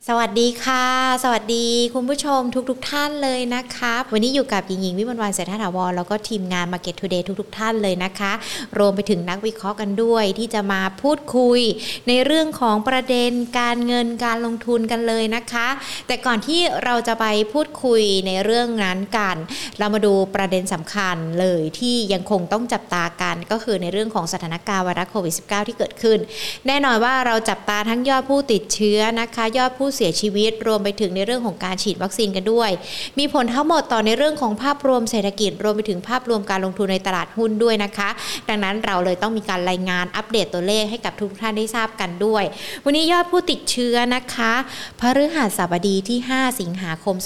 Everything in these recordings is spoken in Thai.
สวัสดีค่ะสวัสดีคุณผู้ชมทุกท่านเลยนะคะวันนี้อยู่กับหญิงวิมลวรรณเศรษฐถาวรแล้วก็ทีมงาน Market Today ทุกท่านเลยนะคะรวมไปถึงนักวิเคราะห์กันด้วยที่จะมาพูดคุยในเรื่องของประเด็นการเงินการลงทุนกันเลยนะคะแต่ก่อนที่เราจะไปพูดคุยในเรื่องนั้นกันเรามาดูประเด็นสำคัญเลยที่ยังคงต้องจับตากันก็คือในเรื่องของสถานการณ์ไวรัสโควิด -19 ที่เกิดขึ้นแน่นอนว่าเราจับตาทั้งยอดผู้ติดเชื้อนะคะยอดผู้เสียชีวิตรวมไปถึงในเรื่องของการฉีดวัคซีนกันด้วยมีผลทั้งหมดต่อในเรื่องของภาพรวมเศรษฐกิจรวมไปถึงภาพรวมการลงทุนในตลาดหุ้นด้วยนะคะดังนั้นเราเลยต้องมีการรายงานอัปเดตตัวเลขให้กับทุกท่านได้ทราบกันด้วยวันนี้ยอดผู้ติดเชื้อนะคะพฤหัสบดีที่5สิงหาคม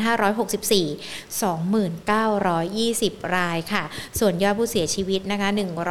2564 2920 รายค่ะส่วนยอดผู้เสียชีวิตนะคะ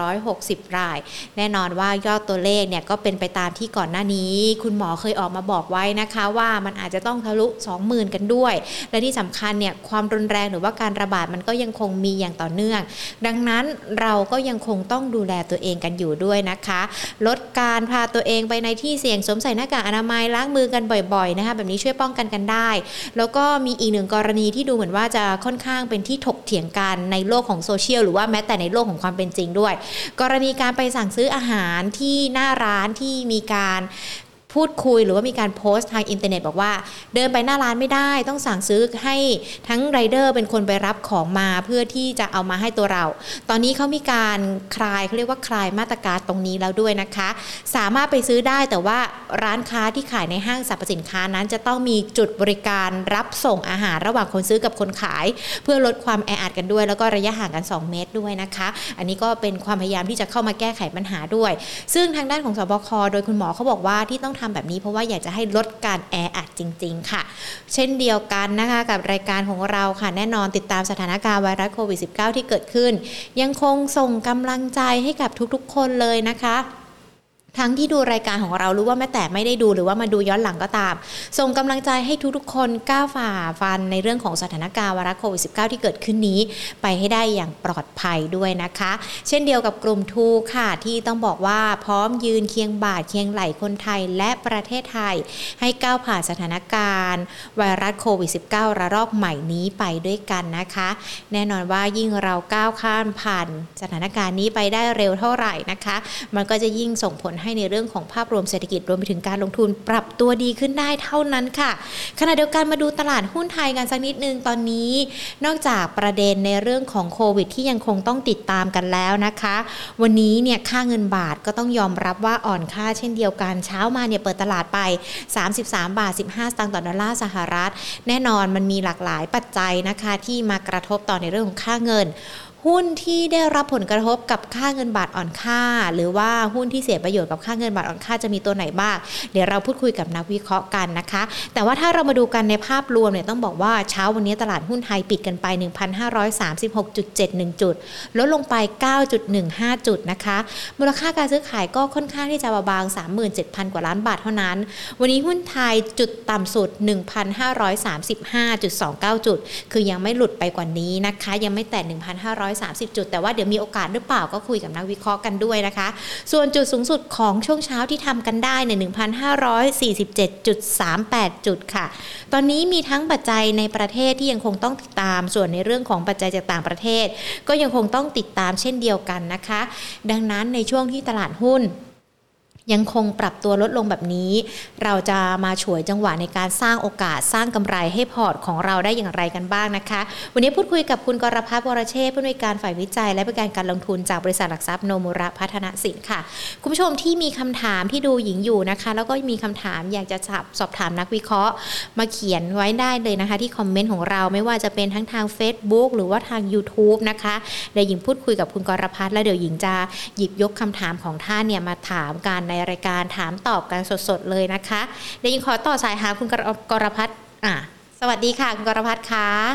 160 รายแน่นอนว่ายอดตัวเลขเนี่ยก็เป็นไปตามที่ก่อนหน้านี้คุณหมอเคยออกมาบอกไว้นะคะว่ามันอาจจะต้องทะลุ 20,000 กันด้วยและที่สำคัญเนี่ยความรุนแรงหรือว่าการระบาดมันก็ยังคงมีอย่างต่อเนื่องดังนั้นเราก็ยังคงต้องดูแลตัวเองกันอยู่ด้วยนะคะลดการพาตัวเองไปในที่เสี่ยงสวมใส่หน้ากากอนามัยล้างมือกันบ่อยๆนะคะแบบนี้ช่วยป้องกันได้แล้วก็มีอีกหนึ่งกรณีที่ดูเหมือนว่าจะค่อนข้างเป็นที่ถกเถียงกันในโลกของโซเชียลหรือว่าแม้แต่ในโลกของความเป็นจริงด้วยกรณีการไปสั่งซื้ออาหารที่หน้าร้านที่มีการพูดคุยหรือว่ามีการโพสต์ทางอินเทอร์เน็ตบอกว่าเดินไปหน้าร้านไม่ได้ต้องสั่งซื้อให้ทั้งไรเดอร์เป็นคนไปรับของมาเพื่อที่จะเอามาให้ตัวเราตอนนี้เขามีการเขาเรียกว่าคลายมาตรการตรงนี้แล้วด้วยนะคะสามารถไปซื้อได้แต่ว่าร้านค้าที่ขายในห้างสรรพสินค้านั้นจะต้องมีจุดบริการรับส่งอาหารระหว่างคนซื้อกับคนขายเพื่อลดความแออัดกันด้วยแล้วก็ระยะห่างกัน2 เมตรด้วยนะคะอันนี้ก็เป็นความพยายามที่จะเข้ามาแก้ไขปัญหาด้วยซึ่งทางด้านของสบคโดยคุณหมอเขาบอกว่าที่ต้องทำแบบนี้เพราะว่าอยากจะให้ลดการแออัดจริงๆค่ะเช่นเดียวกันนะคะกับรายการของเราค่ะแน่นอนติดตามสถานการณ์ไวรัสโควิด -19 ที่เกิดขึ้นยังคงส่งกำลังใจให้กับทุกๆคนเลยนะคะทั้งที่ดูรายการของเรารู้ว่าแม้แต่ไม่ได้ดูหรือว่ามาดูย้อนหลังก็ตามส่งกำลังใจให้ทุกๆคนก้าวฝ่าฟันในเรื่องของสถานการณ์ไวรัสโควิด -19 ที่เกิดขึ้นนี้ไปให้ได้อย่างปลอดภัยด้วยนะคะเช่นเดียวกับกลุ่มทูค่ะที่ต้องบอกว่าพร้อมยืนเคียงบ่าเคียงไหล่คนไทยและประเทศไทยให้ก้าวผ่านสถานการณ์ไวรัสโควิด -19 ระลอกใหม่นี้ไปด้วยกันนะคะแน่นอนว่ายิ่งเราก้าวข้ามผ่านสถานการณ์นี้ไปได้เร็วเท่าไหร่นะคะมันก็จะยิ่งส่งผลให้ในเรื่องของภาพรวมเศรษฐกิจรวมไปถึงการลงทุนปรับตัวดีขึ้นได้เท่านั้นค่ะขณะเดียวกันมาดูตลาดหุ้นไทยกันสักนิดนึงตอนนี้นอกจากประเด็นในเรื่องของโควิดที่ยังคงต้องติดตามกันแล้วนะคะวันนี้เนี่ยค่าเงินบาทก็ต้องยอมรับว่าอ่อนค่าเช่นเดียวกันเช้ามาเนี่ยเปิดตลาดไป33.15 บาทต่อดอลลาร์สหรัฐแน่นอนมันมีหลากหลายปัจจัยนะคะที่มากระทบต่อในเรื่องของค่าเงินหุ้นที่ได้รับผลกระทบกับค่าเงินบาทอ่อนค่าหรือว่าหุ้นที่เสียประโยชน์กับค่าเงินบาทอ่อนค่าจะมีตัวไหนบ้างเดี๋ยวเราพูดคุยกับนักวิเคราะห์กันนะคะแต่ว่าถ้าเรามาดูกันในภาพรวมเนี่ยต้องบอกว่าเช้าวันนี้ตลาดหุ้นไทยปิดกันไป 1,536.71 จุดลดลงไป 9.15 จุดนะคะมูลค่าการซื้อขายก็ค่อนข้างที่จะเบาๆ 37,000 กว่าล้านบาทเท่านั้นวันนี้หุ้นไทยจุดต่ำสุด 1,535.29 จุดคือยังไม่หลุดไปกว่านี้นะคะยังไม่แตะ 1,530 จุดแต่ว่าเดี๋ยวมีโอกาสหรือเปล่าก็คุยกับนักวิเคราะห์กันด้วยนะคะส่วนจุดสูงสุดของช่วงเช้าที่ทำกันได้ใน 1,547.38 จุดค่ะตอนนี้มีทั้งปัจจัยในประเทศที่ยังคงต้องติดตามส่วนในเรื่องของปัจจัยจากต่างประเทศก็ยังคงต้องติดตามเช่นเดียวกันนะคะดังนั้นในช่วงที่ตลาดหุ้นยังคงปรับตัวลดลงแบบนี้เราจะมาฉวยจังหวะในการสร้างโอกาสสร้างกำไรให้พอร์ตของเราได้อย่างไรกันบ้างนะคะวันนี้พูดคุยกับคุณกรพัฒน์วรเชษฐ์ผู้อำนวยการฝ่ายวิจัยและบริการลงทุนจากบริษัทหลักทรัพย์โนมุระพัฒนสินค่ะคุณผู้ชมที่มีคำถามที่ดูหญิงอยู่นะคะแล้วก็มีคำถามอยากจะสอบถามนักวิเคราะห์มาเขียนไว้ได้เลยนะคะที่คอมเมนต์ของเราไม่ว่าจะเป็นทั้งทาง Facebook หรือว่าทาง YouTube นะคะเดี๋ยวหญิงพูดคุยกับคุณกรพัฒน์แล้วเดี๋ยวหญิงจะหยิบยกคำถามของท่านเนี่ยมาถามกันในรายการถามตอบกันสดๆเลยนะคะเดี๋ยวยิงขอต่อสายหาคุณกรพัฒน์สวัสดีค่ะคุณกรพัฒน์ค่ะ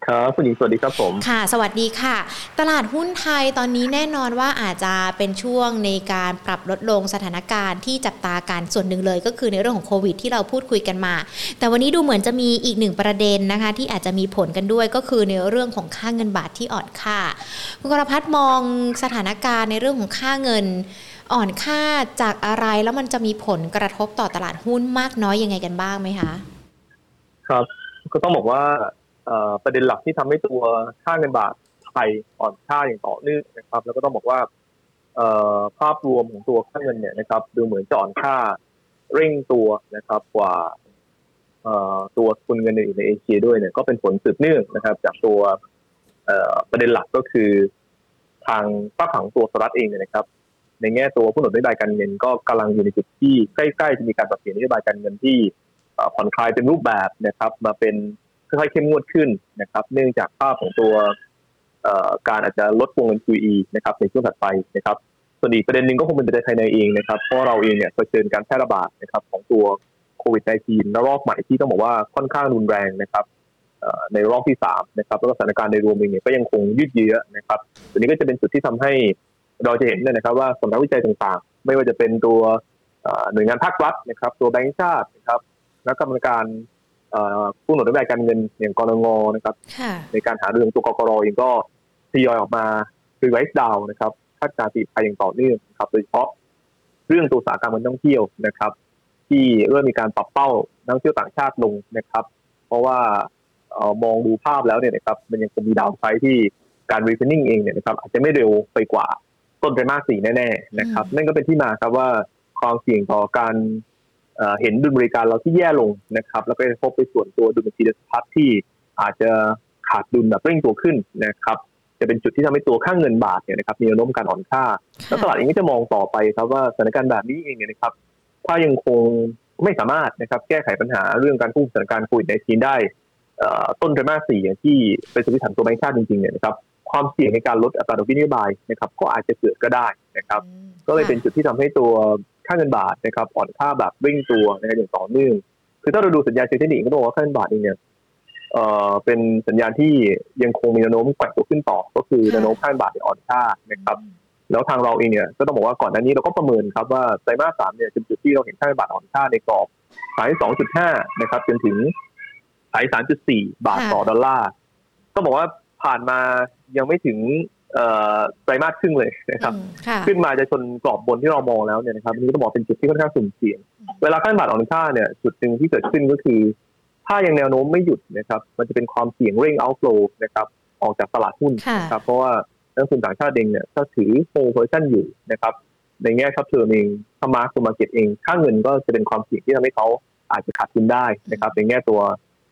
ครับคุณหญิงสวัสดีครับผมค่ะสวัสดีค่ะตลาดหุ้นไทยตอนนี้แน่นอนว่าอาจจะเป็นช่วงในการปรับลดลงสถานการณ์ที่จับตากันส่วนหนึ่งเลยก็คือในเรื่องของโควิดที่เราพูดคุยกันมาแต่วันนี้ดูเหมือนจะมีอีกหนึ่งประเด็นนะคะที่อาจจะมีผลกันด้วยก็คือในเรื่องของค่าเงินบาทที่อ่อนค่าคุณกรพัฒน์มองสถานการณ์ในเรื่องของค่าเงินอ่อนค่าจากอะไรแล้วมันจะมีผลกระทบต่อตลาดหุ้นมากน้อยยังไงกันบ้างไหมคะครับก็ต้องบอกว่าประเด็นหลักที่ทำให้ตัวค่าเงินบาทไทยอ่อนค่าอย่างต่อเนื่องนะครับแล้วก็ต้องบอกว่าภาพรวมของตัวค่าเงินเนี่ยนะครับดูเหมือนจะอ่อนค่าเร่งตัวนะครับกว่าตัวสกุลเงินอื่นในเอเชียด้วยเนี่ยก็เป็นผลสืบเนื่องนะครับจากตัวประเด็นหลักก็คือทางฝากฝั่งตัวสหรัฐเองเนี่ยนะครับในแง่ตัวผู้หนุนนโยบายการเงินก็กำลังอยู่ในจุดที่ใกล้ๆจะมีการปรับเปลี่ยนนโยบายการเงินที่ผ่อนคลายเป็นรูปแบบนะครับมาเป็นค่อยๆเข้มงวดขึ้นนะครับเนื่องจากภาพของตัวการอาจจะลดวงเงิน QE นะครับในช่วงถัดไปนะครับส่วนอีกประเด็นหนึ่งก็คงเป็นประเทศไทยในเองนะครับเพราะเราเองเนี่ยเผชิญการแพร่ระบาดนะครับของตัวโควิด -19 ระลอกใหม่ที่ต้องบอกว่าค่อนข้างรุนแรงนะครับในรอบที่3นะครับแล้วก็สถานการณ์ในรวมเองเนี่ยก็ยังคงยืดเยื้อนะครับตัวนี้ก็จะเป็นจุดที่ทำให้เราจะเห็นเนี่ยนะครับว่าสำนักวิจัยต่างๆไม่ว่าจะเป็นตัวหน่วยงานภาครัฐนะครับตัวแบงก์ชาตินะครับและกรรมการผู้หนุนนโยบายการเงินอย่างกรงงนะครับในการหาเรื่องตัวกกร.เองก็ทยอยออกมารีไวซ์ดาวน์นะครับคาดการณ์ไปอย่างต่อเนื่องนะครับโดยเฉพาะเรื่องตัวอุตสาหกรรมการท่องเที่ยวนะครับที่เริ่มมีการปรับเป้านักท่องเที่ยวต่างชาติลงนะครับเพราะว่ามองดูภาพแล้วเนี่ยนะครับมันยังคงมีดาวไซด์ที่การรีเฟนนิ่งเองเนี่ยนะครับอาจจะไม่เร็วไปกว่าต้นไตรมาส 4แน่ๆนะครับนั่นก็เป็นที่มาครับว่าความเสี่ยงต่อการเห็นดุลบริการเราที่แย่ลงนะครับแล้วก็จะพบไปส่วนตัวดุลบัญชีเดินสะพัดที่อาจจะขาดดุลแบบเร่งตัวขึ้นนะครับจะเป็นจุดที่ทำให้ตัวค่าเงินบาทเนี่ยนะครับมีแนวโน้มการอ่อนค่าแล้วตลาดเองก็จะมองต่อไปครับว่าสถานการณ์แบบนี้เองเนี่ยนะครับถ้ายังคงไม่สามารถนะครับแก้ไขปัญหาเรื่องการควบคุมสถานการณ์โควิด-19 ได้ต้นไตรมาส 4อย่างที่เป็นสันนิษฐานตัวแบงก์ชาติจริงๆเนี่ยนะครับความเสี่ยงในการลดอัตราดอกเบี้ยนโยบายนะครับก็อาจจะเกิดก็ได้นะครับก็เลยเป็นจุดที่ทำให้ตัวค่าเงินบาทนะครับอ่อนค่าแบบเร่งตัวนะครับอย่างต่อเนื่องคือถ้าเราดูสัญญาณเชิงเทคนิคก็ต้องบอกว่าค่าเงินบาทเองเนี่ยเป็นสัญญาณที่ยังคงมีแนวโน้มแกว่งตัวขึ้นต่อก็คือแนวโน้มค่าเงินบาทอ่อนค่านะครับแล้วทางเราเองเนี่ยก็ต้องบอกว่าก่อนหน้านี้เราก็ประเมินครับว่าไตรมาส 3เนี่ยเป็นจุดที่เราเห็นค่าเงินบาทอ่อนค่าในกรอบขาย 2.5 นะครับจนถึงขาย 3.4 บาทต่อดอลลาร์ต้องบอกว่าผ่านมายังไม่ถึงไตรมาสครึ่งเลยนะครับขึ้นมาจะชนกรอบบนที่เรามองแล้วเนี่ยนะครับนี่ก็ต้องบอกเป็นจุดที่ค่อนข้างสุ่มเสี่ยงเวลาค่าเงินบาทอ่อนค่าเนี่ยจุดหนึ่งที่เกิดขึ้นก็คือถ้ายังแนวโน้มไม่หยุดนะครับมันจะเป็นความเสี่ยงเร่ง outflow นะครับออกจากตลาดหุ้นนะครับเพราะว่านักลงทุนต่างชาติเองเนี่ยถ้าถือ hold position อยู่นะครับในแง่ช็อตเทอมเองถ้า mark to market เองค่าเงินก็จะเป็นความเสี่ยงที่ทำให้เขาอาจจะขาดทุนได้นะครับในแง่ตัว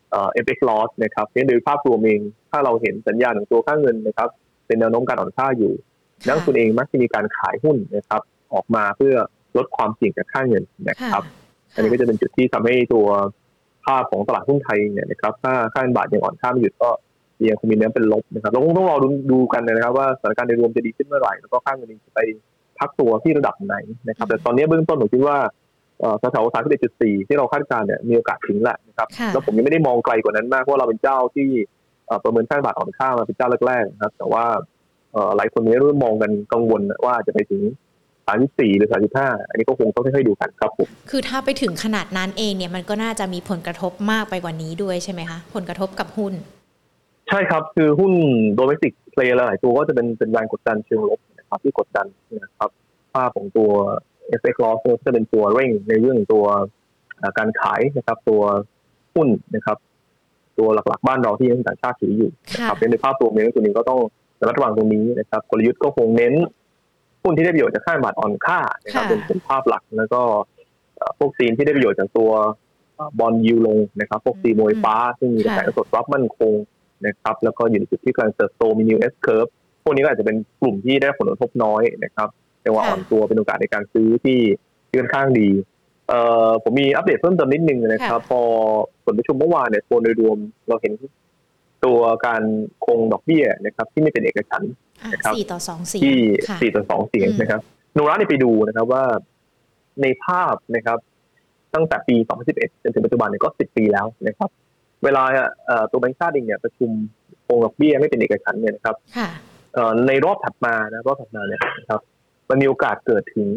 FX loss นะครับโดยภาพรวมเองถ้าเราเห็นสัญญาณของตัวค่าเงินนะครับเป็นแนวโน้มการอ่อนค่าอยู่นักลงทุนเองมักจะมีการขายหุ้นนะครับออกมาเพื่อลดความเสี่ยงจากค่าเงินนะครับอันนี้ก็จะเป็นจุดที่ทำให้ตัวภาพของตลาดหุ้นไทยเนี่ยนะครับถ้าค่าเงินบาทยังอ่อนค่าไม่หยุดก็ยังคงมีแนวเป็นลบนะครับเราคงต้องรอดูกันนะครับว่าสถานการณ์ในรวมจะดีขึ้นเมื่อไหร่แล้วก็ค่าเงินจะไปพักตัวที่ระดับไหนนะครับแต่ตอนนี้เบื้องต้นผมคิดว่าแถวๆ 31.4 ที่เราคาดการณ์เนี่ยมีโอกาสถึงแหละนะครับแล้วผมยังไม่ได้มองไกลกว่านั้นมากเพราะเราเป็นเจ้าที่ประเมินค่าบาทอ่อนค่ามาเป็นเจ้าแรกๆนะครับแต่ว่าหลายคนเริ่มมองกันกังวลว่าจะไปถึง 34 หรือ 35 อันนี้ก็คงต้องค่อยๆดูกันครับผมคือถ้าไปถึงขนาดนั้นเองเนี่ยมันก็น่าจะมีผลกระทบมากไปกว่านี้ด้วยใช่ไหมคะผลกระทบกับหุ้นใช่ครับคือหุ้น domestic player หลายตัวก็จะเป็นแรงกดดันเชิงลบนะครับที่กดดันนะครับภาพของตัวFX loss จะเป็นตัวเร่งในเรื่องตัวการขายนะครับตัวหุ้นนะครับตัวหลักๆบ้านเราที่ยังต่างชาติถืออยู่นะครับในภาพรวมเนี่ยตัวนี้ก็ต้องระมัดระวังตรงนี้นะครับกลยุทธ์ก็คงเน้นหุ้นที่ได้ประโยชน์จากค่าบาทอ่อนค่านะครับเป็นภาพหลักแล้วก็พวกซีนที่ได้ประโยชน์จากตัวบอนด์ยิลด์ลงนะครับพวกซีนโมยฟ้าซึ่งมีกระแสสดรับมั่นคงนะครับแล้วก็อยู่ในจุดที่กำลังเติบโตมีนิว S curve พวกนี้ก็อาจจะเป็นกลุ่มที่ได้ผลกระทบน้อยนะครับแต่ว่าอ่อนตัวเป็นโอกาสในการซื้อที่ค่อนข้างดีผมมีอัปเดตเพิ่มเติมนิดนึงนะครับพอผลประชุมเมื่อวานเนี่ยโดยรวมเราเห็นตัวการคงดอกเบี้ยนะครับที่ไม่เป็นเอกฉันท์นะครับ 4-2 เสียงที่4-2 เสียงนะครับโนราไปดูนะครับว่าในภาพนะครับตั้งแต่ปี 2011 จนถึงปัจจุบันเนี่ยก็10 ปีแล้วนะครับเวลาตัวแบงก์ชาติเองเนี่ยประชุมโคงดอกเบี้ยไม่เป็นเอกฉันท์เนี่ยนะครับในรอบถัดมาเนี่ยนะครับมันมีโอกาสเกิดถึง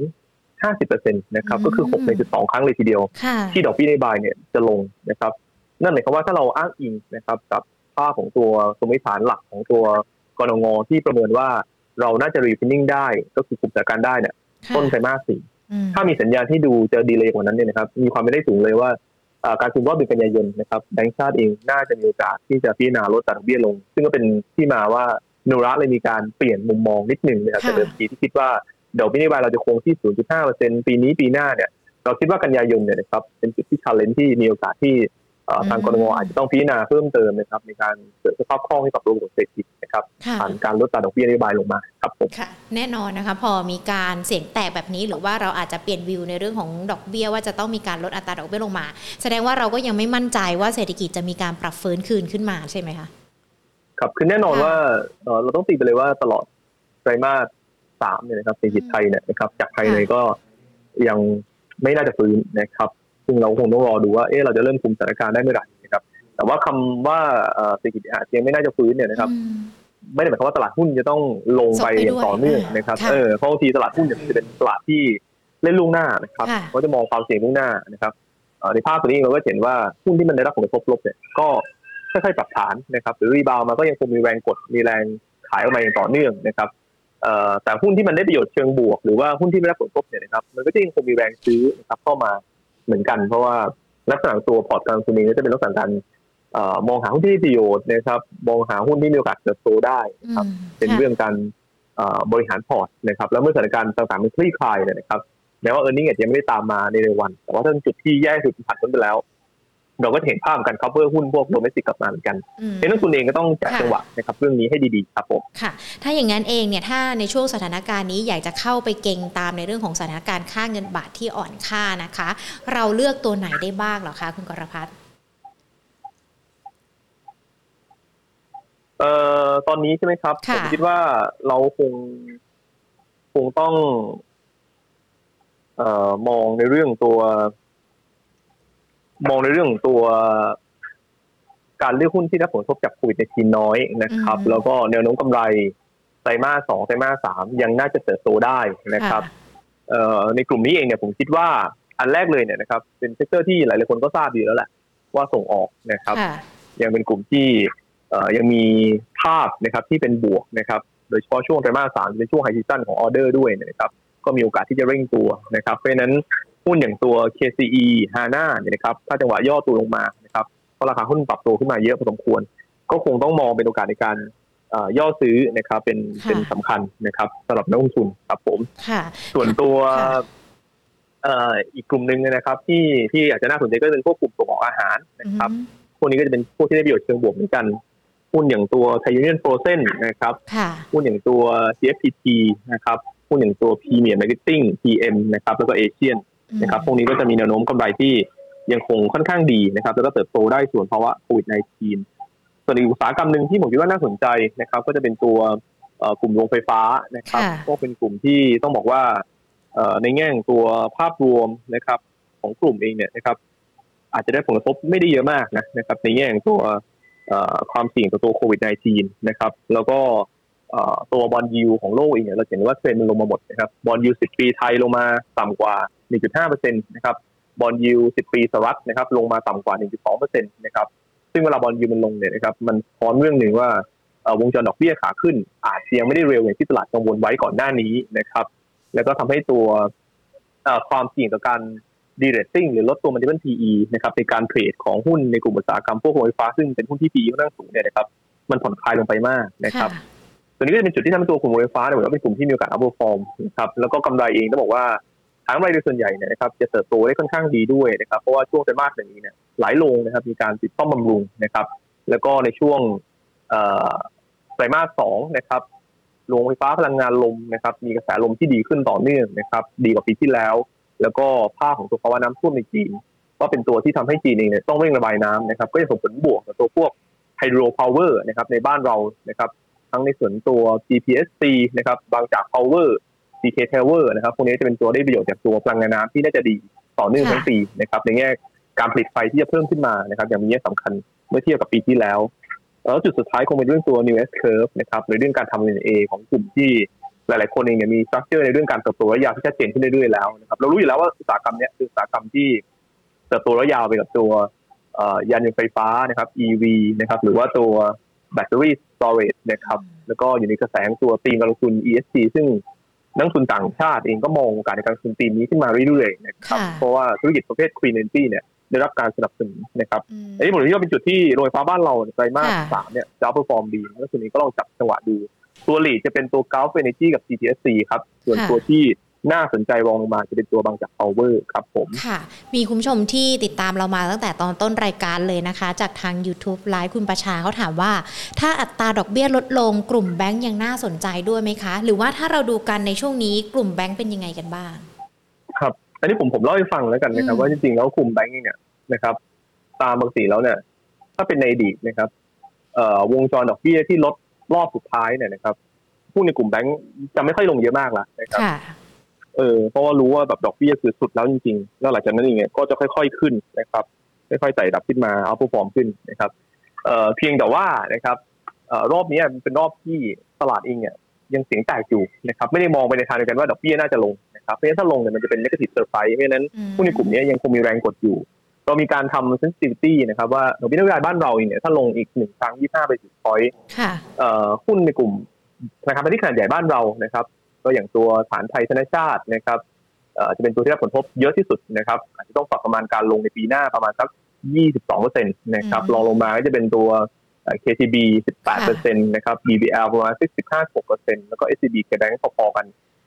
50% นะครับก็คือ6ใน12ครั้งเลยทีเดียวที่ดอกเบี้ยนโยบายเนี่ยจะลงนะครับนั่นหมายความว่าถ้าเราอ้างอิงนะครับกับภาพของตัวสมมติฐานหลักของตัวกนง.ที่ประเมินว่าเราน่าจะรีฟินนิ่งได้ก็คือกลุ่มจัดการได้เนี่ยต้นไตรมาส 4ถ้ามีสัญญาณที่ดูจะดีเลย์กว่านั้นเนี่ยนะครับมีความเป็นได้สูงเลยว่าการประชุมรอบเดือนกันยายนนะครับแบงก์ชาติเองน่าจะมีโอกาสที่จะพิจารณาลดดอกเบี้ยลงซึ่งก็เป็นที่มาว่าโนระเลยมีการเปลี่ยนมุมมองนิดนึงนะครับจากเดิมทีที่คิดว่าดอกเบี้ยนโยบายเราจะคงที่ 0.5% ปีนี้ปีหน้าเนี่ยเราคิดว่ากันยายนเนี่ยนะครับเป็นจุดที่ challenge ที่มีโอกาสที่ทางกนง.อาจจะต้องพิจารณาเพิ่มเติมนะครับในการเกิดสภาพคล่องให้กับระบบเศรษฐกิจนะครับผ่านการลดดอกเบี้ยนโยบายลงมาครับผมค่ะแน่นอนนะคะพอมีการเสียงแตกแบบนี้หรือว่าเราอาจจะเปลี่ยนวิวในเรื่องของดอกเบี้ยว่าจะต้องมีการลดอัตราดอกเบี้ยลงมาแสดงว่าเราก็ยังไม่มั่นใจว่าเศรษฐกิจจะมีการปรับฟื้นคืนขึ้นมาใช่ไหมคะครับคือแน่นอนว่าเราต้องตีไปเลยว่าตลอดไตรมาส 3เนี่ยนะครับเศรษฐกิจไทยเนี่ยนะครับจากภายในก็ยังไม่น่าจะฟื้นนะครับซึ่งเราคงต้องรอดูว่าเราจะเริ่มคุมสถานการณ์ได้เมื่อไหร่นะครับแต่ว่าคำว่าเศรษฐกิจอาจจะไม่น่าจะฟื้นเนี่ยนะครับไม่ได้หมายความว่าตลาดหุ้นจะต้องลงไปอย่างต่อเนื่องนะครับเพราะบางทีตลาดหุ้นเนี่ยจะเป็นตลาดที่เล่นล่วงหน้านะครับเขาจะมองความเสี่ยงล่วงหน้านะครับในภาพตัวนี้เราก็เห็นว่าหุ้นที่มันได้รับผลกระทบลบเนี่ยก็ค่อยๆปรับฐานนะครับหรือรีบาวมาก็ยังคงมีแรงกดมีแรงขายออกมาอย่างต่อเนื่องนะครับแต่หุ้นที่มันได้ประโยชน์เชิงบวกหรือว่าหุ้นที่ไม่ได้รับผลกระทบเนี่ยนะครับมันก็จะยังคงมีแรงซื้อนะครับเข้ามาเหมือนกันเพราะว่าลักษณะตัวพอร์ตการลงทุนนี้จะเป็นลักษณะการมองหาหุ้นที่ได้ประโยชน์นะครับมองหาหุ้นที่มีโอกาสเติบโตได้นะครับเป็นเรื่องการบริหารพอร์ตนะครับแล้วเมื่อสถานการณ์ต่างๆมันคลี่คลายเนี่ยนะครับแม้ว่า earning อาจจะไม่ได้ตามมาในเร็ววันแต่ว่าถ้าจุดที่แย่สุดผ่านพ้นไปแล้วเราก็เห็นภาพการ cover หุ้นพวกโดเมสติกกลับมาเหมือนกันนักลงทุนเองก็ต้องจัดจังหวะนะครับเรื่องนี้ให้ดีๆครับผมค่ะถ้าอย่างนั้นเองเนี่ยถ้าในช่วงสถานการณ์นี้อยากจะเข้าไปเก็งตามในเรื่องของสถานการณ์ค่าเงินบาทที่อ่อนค่านะคะเราเลือกตัวไหนได้บ้างเหรอคะคุณกรพัฒน์ตอนนี้ใช่ไหมครับผมคิดว่าเราคงต้องมองในเรื่องตัวการเลือกหุ้นที่ได้ผลกระทบจากโควิด-19น้อยนะครับแล้วก็แนวโน้มกำไรไตรมาส 2ไตรมาส 3ยังน่าจะเติบโตได้นะครับในกลุ่มนี้เองเนี่ยผมคิดว่าอันแรกเลยเนี่ยนะครับเป็นเซกเตอร์ที่หลายๆคนก็ทราบอยู่แล้วแหละว่าส่งออกนะครับยังเป็นกลุ่มที่ยังมีภาพนะครับที่เป็นบวกนะครับโดยเฉพาะช่วงไตรมาส 3เป็นช่วงไฮซีซั่นของออเดอร์ด้วยนะครับก็มีโอกาสที่จะเร่งตัวนะครับเพราะฉะนั้นหุ้นอย่างตัว KCE HANA เนี่ยนะครับถ้าจังหวะย่อตัวลงมานะครับเพราะราคาหุ้นปรับตัวขึ้นมาเยอะพอสมควรก็คงต้องมองเป็นโอกาสในการย่อซื้อนะครับเป็นสำคัญนะครับสำหรับนักลงทุนครับผมส่วนตัวอีกกลุ่มนึงนะครับที่อาจจะน่าสนใจก็เป็นพวกกลุ่มส่งออกอาหารนะครับพวกนี้ก็จะเป็นพวกที่ได้ประโยชน์เชิงบวกเหมือนกันหุ้นอย่างตัว Thai Union Frozen นะครับหุ้นอย่างตัว CFPT นะครับหุ้นอย่างตัว Premier Marketing PM นะครับแล้วก็ Asian นะครับพวกนี้ก็จะมีแนวโน้มกำไรที่ยังคงค่อนข้างดีนะครับแล้วก็เติบโตได้ส่วนเพราะว่าโควิด-19 ส่วนอีกอุตสาหกรรมนึงที่ผมคิดว่าน่าสนใจนะครับก็จะเป็นตัวกลุ่มโรงไฟฟ้านะครับก็เป็นกลุ่มที่ต้องบอกว่าในแง่ของตัวภาพรวมนะครับของกลุ่มเองเนี่ยนะครับอาจจะได้ผลกระทบไม่ได้เยอะมากนะครับในแง่ของตัวความเสี่ยงต่อตัวโควิด-19 นะครับแล้วก็ตัวบอนด์ยิลด์ของโลกเองเนี่ยเราเห็นว่าเทรนด์มันลงมาหมดนะครับบอนด์ยิลด์10 ปีไทยลงมาต่ำกว่า 1.5% นะครับบอนด์ยิลด์10 ปีสหรัฐนะครับลงมาต่ำกว่า 1.2% นะครับซึ่งเวลาบอนด์ยิลด์มันลงเนี่ยนะครับมันซ้อนเรื่องหนึ่งว่าวงจรดอกเบี้ยขาขึ้นอาจจะยังไม่ได้เร็วอย่างที่ตลาดกังวลไว้ก่อนหน้านี้นะครับแล้วก็ทำให้ตัวความเสี่ยงต่อการดีเรตติ้งหรือลดตัว multiple PE นะครับในการเทรดของหุ้นในกลุ่มอุตสาหกรรมพวกโรงไฟฟ้าซึ่งเป็นหุ้นที่ PE ค่อนข้างสูงเนี่ยนะครับมันผ่อนคลายลงไปมากนะครับตัวนี้ก็จะเป็นจุดที่ทำให้ตัวกลุ่มโรงไฟฟ้าเนี่ยเป็นกลุ่มที่มีโอกาส outperform นะครับแล้วก็กำไรเองต้องบอกว่าทางกำไรโดยส่วนใหญ่เนี่ยนะครับจะเติบโตได้ค่อนข้างดีด้วยนะครับเพราะว่าช่วงไตรมาสนี้เนี่ยหลายโรงนะครับมีการติดซ่อมบำรุงนะครับแล้วก็ในช่วงไตรมาส 2นะครับโรงไฟฟ้าพลังงานลมนะครับมีกระแสลมที่ดีขึ้นต่อเนื่องนะครับดีกว่าปีที่แล้วแล้วก็ภาพของตัวภาวะน้ำท่วมในจีนก็เป็นตัวที่ทำให้จีนเองเนี่ยต้องเร่งระบายน้ำนะครับก็จะส่งผลบวกกับตัวพวกไฮโดรพาวเวอร์นะครับในบ้านเรานะครับทั้งในส่วนตัว GPSC นะครับบางจากพาวเวอร์ CK Tower นะครับพวกนี้จะเป็นตัวได้ประโยชน์จากตัวพลังงานน้ำที่น่าจะดีต่อเนื่องทั้งปีนะครับในแง่การผลิตไฟที่จะเพิ่มขึ้นมานะครับอย่างมีนัยสำคัญเมื่อเทียบกับปีที่แล้วแล้วจุดสุดท้ายคงเป็นเรื่องตัว new S curve นะครับในเรื่องการทำ M&A ของกลุ่มที่หลายๆคนเองเนี่ยมี structure ในเรื่องการเติบโตระยะยาวที่ชัดเจนขึ้นเรื่อยๆแล้วนะครับเรารู้อยู่แล้วว่าอุตสาหกรรมนี้คืออุตสาหกรรมที่เติบโตระยะยาวไปกับตัวยานยนต์ไฟฟ้านะครับ EV นะครับหรือว่าตัว battery storage นะครับแล้วก็อยู่ในกระแสตัวธีมการลงทุน ESG ซึ่งนักลงทุนต่างชาติเองก็มองโอกาสในการลงทุนธีมนี้ขึ้นมาเรื่อยๆนะครับเพราะว่าธุรกิจประเภท Clean Energy เนี่ยได้รับการสนับสนุนนะครับอันนี้ผมคิดว่าเป็นจุดที่โรงไฟฟ้าบ้านเราไตรมาส 3เนี่ยจะเอาเปอร์ฟอร์มดีแล้วส่วนนี้ก็ลองจับจังหวะดูตัวหลีดจะเป็นตัว Gulf Energy กับ GTSC ครับส่วนตัวที่น่าสนใจรองลงมาจะเป็นตัวบางจาก Power ครับผมค่ะมีคุณผู้ชมที่ติดตามเรามาตั้งแต่ตอนต้นรายการเลยนะคะจากทาง YouTube ไลฟ์คุณประชาเขาถามว่าถ้าอัตราดอกเบี้ยลดลงกลุ่มแบงก์ยังน่าสนใจด้วยไหมคะหรือว่าถ้าเราดูกันในช่วงนี้กลุ่มแบงก์เป็นยังไงกันบ้างครับอันนี้ผมเล่าให้ฟังแล้วกันนะครับว่าจริงๆแล้วกลุ่มแบงก์เนี่ยนะครับตามปกติแล้วเนี่ยถ้าเป็นในอดีตนะครับวงจรดอกเบี้ยที่ลดรอบสุดท้ายเนี่ยนะครับผู้ในกลุ่มแบงก์จะไม่ค่อยลงเยอะมากละนะครับเพราะว่ารู้ว่าแบบดอกเบี้ยคือสุดแล้วจริงๆแล้วหลังจากนั้นเองก็จะค่อยๆขึ้นนะครับค่อยๆไต่ระดับขึ้นมาเอาเพอร์ฟอร์มขึ้นนะครับเพียงแต่ว่านะครับรอบนี้เป็นรอบที่ตลาดเองเนี่ยยังเสียงแตกอยู่นะครับไม่ได้มองไปในทางเดียวกันว่าดอกเบี้ยน่าจะลงนะครับเพราะฉะนั้นถ้าลงเนี่ยมันจะเป็น negative surprise เพราะฉะนั้นผู้ในกลุ่มนี้ยังคงมีแรงกดอยู่เรามีการทำ sensitivity นะครับว่าดอกเบี้ยนโยบายบ้านเราเองเนี่ยถ้าลงอีก1ครั้ง25 basis point หุ้นในกลุ่มธนาคารพาณิชย์ขนาดใหญ่บ้านเรานะครับก็อย่างตัวฐานไทยธนชาตินะครับจะเป็นตัวที่ได้ผลกระทบเยอะที่สุดนะครับอาจจะต้องปรับประมาณการลงในปีหน้าประมาณสัก 22% นะครับรองลงมาก็จะเป็นตัว KTB 18% นะครับ BBL ประมาณ 15.6% แล้วก็ SCB KBank พอๆกัน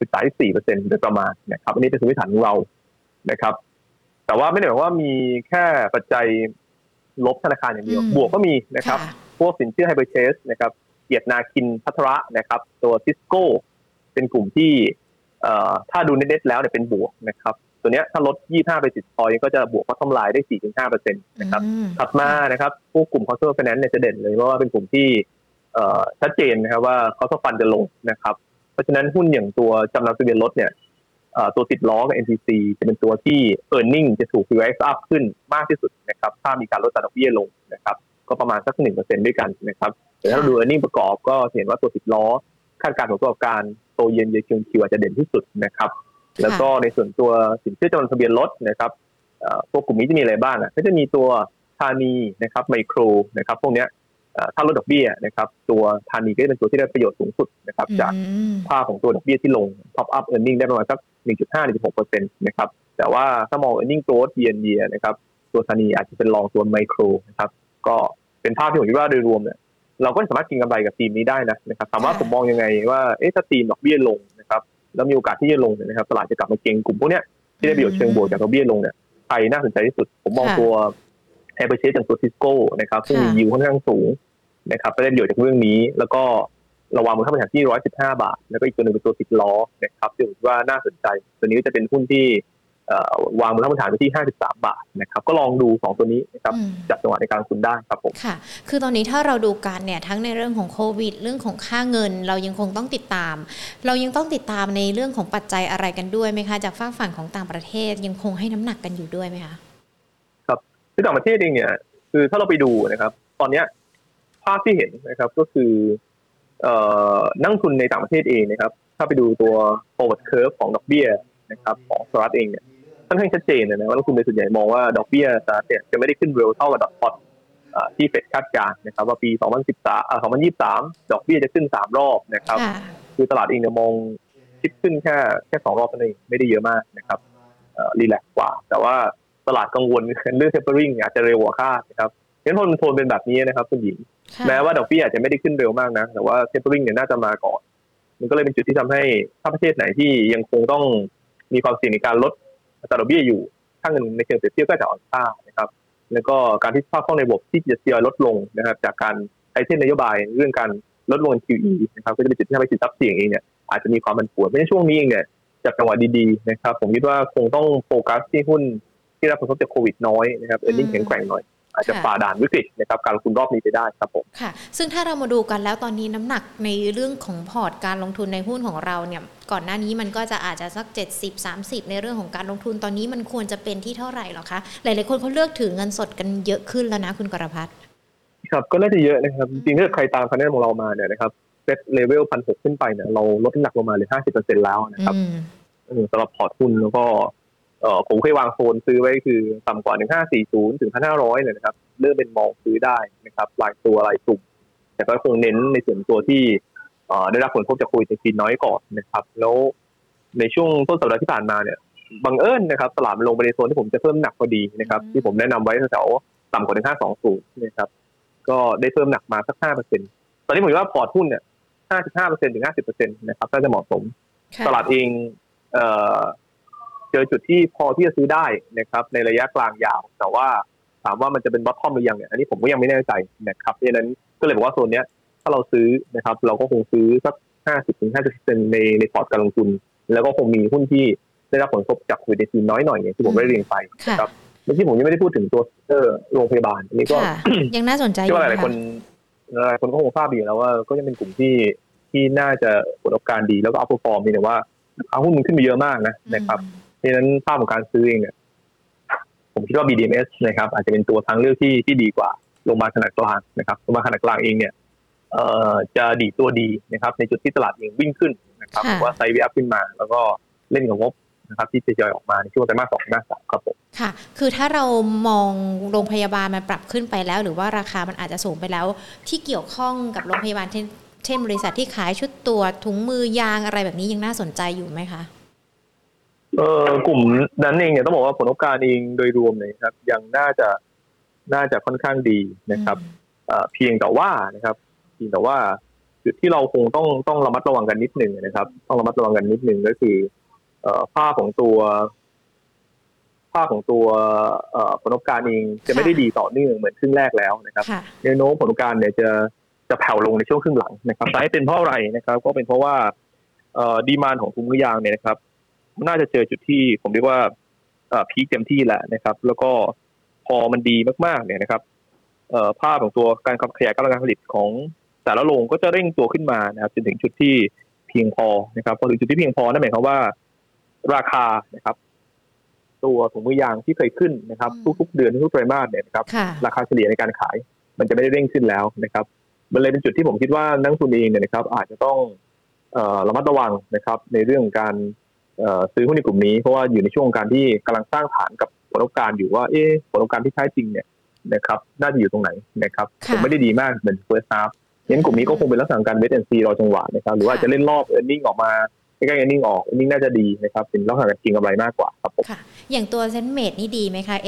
13.4% โดยประมาณนะครับอันนี้เป็นสมมติฐานของเรานะครับแต่ว่าไม่ได้หมายว่ามีแค่ปัจจัยลบธนาคารอย่างเดียวบวกก็มีนะครับพวกสินเชื่อไฮเปอร์เชสนะครับเกียรตินาคินพัทระนะครับตัวซิสโก้เป็นกลุ่มที่ถ้าดูเน็ตๆแล้วเนี่ยเป็นบวกนะครับตัวเนี้ยถ้าลด25 basis point ก็จะบวกว่าทำลายได้ 4-5% นะครับถัดมานะครับพวกกลุ่ม consumer finance เนี่ยจะเด่นเลยเพราะว่าเป็นกลุ่มที่ชัดเจนนะครับว่า cost of fund จะลงนะครับเพราะฉะนั้นหุ้นอย่างตัวจำนำทะเบียนรถเนี่ยตัวติดล้อกับ NTC จะเป็นตัวที่ earning จะถูก reprice up ขึ้นมากที่สุดนะครับถ้ามีการลดดอกเบี้ยลงนะครับก็ประมาณสัก 1% ด้วยกันนะครับแต่ถ้าเราดู earning ประกอบก็เห็นว่าตัวติดล้อคาดการณ์ของตัวประกอบการโตเย็นเยือนคิวอาจจะเด่นที่สุดนะครับแล้วก็ในส่วนตัวสินเชื่อจำนำทะเบียนรถนะครับพวกกลุ่มนี้จะมีอะไรบ้างก็จะมีตัวธานีนะครับไมโครนะครับพวกเนี้ยถ้าลดดอกเบี้ยนะครับตัวธานีก็จะเป็นตัวที่ได้ประโยชน์สูงสุดนะครับจากภาพของตัวดอกเบี้ยที่ลง top up earning ได้ประมาณสัก 1.5-1.6% นะครับแต่ว่าถ้ามอง earning growth year นะครับตัวธานีอาจจะเป็นรองตัวไมโครนะครับก็เป็นภาพที่ผมคิดว่าโดยรวมเนี่ยเราก็สามารถกินกำไรกับทีมนี้ได้นะครับถามว่าผมมองยังไงว่าถ้าทีมดอกเบี้ยลงนะครับแล้วมีโอกาสที่จะลงนะครับตลาดจะกลับมาเก็งกลุ่มพวกเนี้ยที่ได้ประโยชน์เชิงบวกจากดอกเบี้ยลงเนี่ยใครน่าสนใจที่สุดผมมองตัวไฮเปอร์เชสอย่างตัวซิสโก้นะครับซึ่งมียิวค่อนข้างสูงนะครับก็ได้ประโยชน์จากเรื่องนี้แล้วก็ระวังมูลค่าบริหารที่115 บาทแล้วก็อีกตัวนึงเป็นตัวติดล้อนะครับซึ่งว่าน่าสนใจตัวนี้ก็จะเป็นหุ้นที่วางมูลค่าบริหารไว้ที่53 บาทนะครับก็ลองดู2ตัวนี้นะครับจับจังหวะในการลงทุนได้ครับผมค่ะคือตอนนี้ถ้าเราดูกันเนี่ยทั้งในเรื่องของโควิดเรื่องของค่าเงินเรายังคงต้องติดตามในเรื่องของปัจจัยอะไรกันด้วยไหมคะจากฝั่งฝั่งของต่างประเทศยังคงให้น้ำหนักกันอยู่ด้วยไหมคะครับที่ต่างประเทศเองเนี่ยคือถ้าเราไปดูนะครับตอนนี้ภาพที่เห็นนะครับก็คือนักลงทุนในต่างประเทศเองนะครับถ้าไปดูตัว forward curve ของดอกเบี้ยนะครับของสหรัฐเองเนี่ยค่อนข้างชัดเจนนะว่านักลงทุนในส่วนใหญ่มองว่าดอกเบี้ยสหรัฐเนี่ยจะไม่ได้ขึ้นเร็วเท่ากับดอกพอตที่เฟดคาดการณ์นะครับว่าปี2023ดอกเบี้ยจะขึ้น3รอบนะครับคือตลาดเองเนี่ยมองคิดขึ้นแค่2รอบเท่านั้นเองไม่ได้เยอะมากนะครับรีแลกซ์กว่าแต่ว่าตลาดกังวลเรื่อง tapering อาจจะเร็วกว่าคาดนะครับเห็นโทนเป็นแบบนี้นะครับคุณหญิงแม้ว่าดอกเบี้ยอาจจะไม่ได้ขึ้นเร็วมากนะแต่ว่า tapering เนี่ยน่าจะมาก่อนมันก็เลยเป็นจุดที่ทำให้ถ้าประเทศไหนที่ยังคงต้องมีความเสี่ยงในการลดอัตราดอกเบี้ยอยู่ค่าเงินในเชิงเปรียบเทียบก็จะอ่อนค่านะครับแล้วก็การที่ภาพคล่องในระบบที่จะทยอยลดลงนะครับจากการใช้เส้นนโยบายเรื่องการลดลง QE นะครับก็จะเป็นจุดที่ทำให้สินทรัพย์เสี่ยงเองเนี่ยอาจจะมีความผันผวนไม่ใช่ช่วงนี้เองเนี่ยจากจังหวะดีๆนะครับผมคิดว่าคงต้องโฟกัสที่หุ้นที่รับผลกระทบจากโควิดน้อยนะครับearning แข็งแกร่งหน่อยอาจจะฝ่าด่านวิกฤตนะครับการลงทุนรอบนี้ไปได้ครับผมค่ะซึ่งถ้าเรามาดูกันแล้วตอนนี้น้ำหนักในเรื่องของพอร์ตการลงทุนในหุ้นของเราเนี่ยก่อนหน้านี้มันก็จะอาจจะสัก70-30ในเรื่องของการลงทุนตอนนี้มันควรจะเป็นที่เท่าไหร่หรอคะหลายๆคนเขาเลือกถือเงินสดกันเยอะขึ้นแล้วนะคุณกรพัฒน์ครับก็น่าจะเยอะนะครับจริงๆถ้าใครตามคำแนะนำของเรามาเนี่ยนะครับเซตเลเวล 1,600 ขึ้นไปเนี่ยเราลดน้ำหนักลงมาเหลือ 50% แล้วนะครับสำหรับพอร์ตหุ้นแล้วก็ผมเคยวางโซนซื้อไว้คือต่ำกว่า1540ถึง1,500เลยนะครับเริ่มเป็นมองซื้อได้นะครับรายตัวรายกลุ่มแต่ก็คงเน้นในส่วนตัวที่ได้รับผลกระทบจากโควิด-19 น้อยก่อนนะครับแล้วในช่วงต้นสัปดาห์ที่ผ่านมาเนี่ยบังเอิญนะครับตลาดมันลงไปในโซนที่ผมจะเพิ่มหนักพอดีนะครับที่ผมแนะนำไว้แถวๆต่ำกว่า1520นะครับก็ได้เพิ่มหนักมาสัก 5% ตอนนี้ผมว่าพอร์ตหุ้นเนี่ย 55% ถึง 50% นะครับน่าจะเหมาะสมตลาดเองเจอจุดที่พอที่จะซื้อได้นะครับในระยะกลางยาวแต่ว่าถามว่ามันจะเป็นบอททอมหรือยังเนี่ยอันนี้ผมก็ยังไม่แน่ใจนะครับเพราะฉะนั้นก็เลยบอกว่าโซนเนี้ยถ้าเราซื้อนะครับเราก็คงซื้อสัก 50-50% ในพอร์ตการลงทุนแล้วก็คงมีหุ้นที่ได้รับผลกระทบจากโควิด-19 น้อยหน่อยอย่างที่ผมได้เรียนไปนะครับเมื่อกี้ผมยังไม่ได้พูดถึงตัวโรงพยาบาลอันนี้ก็ยังน่าสนใจอยู่ที่ว่าหลายคนก็คงทราบดีแล้วว่าก็ยังเป็นกลุ่มที่น่าจะผลประกอบการดีแล้วก็อัพเพอร์ฟอร์มนี่แต่ว่าหุ้นมันขึ้นไปเยอะมากนะครับเพราะฉะนั้นภาพของการซื้อเองเนี่ยผมคิดว่า BDMs นะครับอาจจะเป็นตัวทางเลือกที่ดีกว่าโรงพยาบาลขนาดกลางนะครับโรงพยาบาลขนาดกลางเองเนี่ยจะดีตัวดีนะครับในจุดที่ตลาดเองวิ่งขึ้นนะครับหรือว่าไซด์เวฟขึ้นมาแล้วก็เล่นกับงบนะครับที่จะย่อยออกมาในช่วงไตรมาส 2 ไตรมาส 3ครับผมค่ะคือถ้าเรามองโรงพยาบาลมันปรับขึ้นไปแล้วหรือว่าราคามันอาจจะสูงไปแล้วที่เกี่ยวข้องกับโรงพยาบาลเช่นบริษัทที่ขายชุดตรวจถุงมือยางอะไรแบบนี้ยังน่าสนใจอยู่ไหมคะกลุ่มนั้นเองเนี่ยต้องบอกว่าผลประกอบการเองโดยรวมเลยครับยังน่าจะค่อนข้างดีนะครับเพียงแต่ว่าจุดที่เราคงต้องระมัดระวังกันนิดนึงนะครับต้องระมัดระวังกันนิดนึงก็คือภาพของตัวผลประกอบการเองจะไม่ได้ดีต่อเนื่องเหมือนครึ่งแรกแล้วนะครับแนวโน้มผลประกอบการเนี่ยจะแผ่วลงในช่วงครึ่งหลังนะครับสาเหตุเป็นเพราะอะไรนะครับก็เป็นเพราะว่าดีมานด์ของถุงมือยางเนี่ยนะครับน่าจะเจอจุดที่ผมเรียกว่าพีคเต็มที่แล้วนะครับแล้วก็พอมันดีมากๆเนี่ยนะครับภาพของตัวการขยายกำลังการผลิตของแต่ละโรงก็จะเร่งตัวขึ้นมานะครับจนถึงจุดที่เพียงพอนะครับพอถึงจุดที่เพียงพอนั่นหมายความว่าราคานะครับตัวถุงมือยางที่เคยขึ้นนะครับทุกๆเดือนทุกไตรมาสเนี่ยนะครับราคาเฉลี่ยในการขายมันจะไม่ได้เร่งขึ้นแล้วนะครับมันเลยเป็นจุดที่ผมคิดว่านักลงทุนเองเนี่ยนะครับอาจจะต้องระมัดระวังนะครับในเรื่องการซื้อหุ้นในกลุ่มนี้เพราะว่าอยู่ในช่วงการที่กำลังสร้างฐานกับผลประกอบการอยู่ว่าผลประกอบการที่ใช้จริงเนี่ยนะครับน่าจะอยู่ตรงไหนนะครับผมไม่ได้ดีมากเหมือน first half งั้นกลุ่มนี้ก็คงเป็นลักษณะการ wait and see รอจังหวะนะครับหรือว่าจะเล่นรอบ earning ออกมาใกล้ๆ earning ออก earning น่าจะดีนะครับเป็นลักษณะการเก็งกำไรมากกว่าครับผมอย่างตัวเซนเมดนี่ดีไหมคะ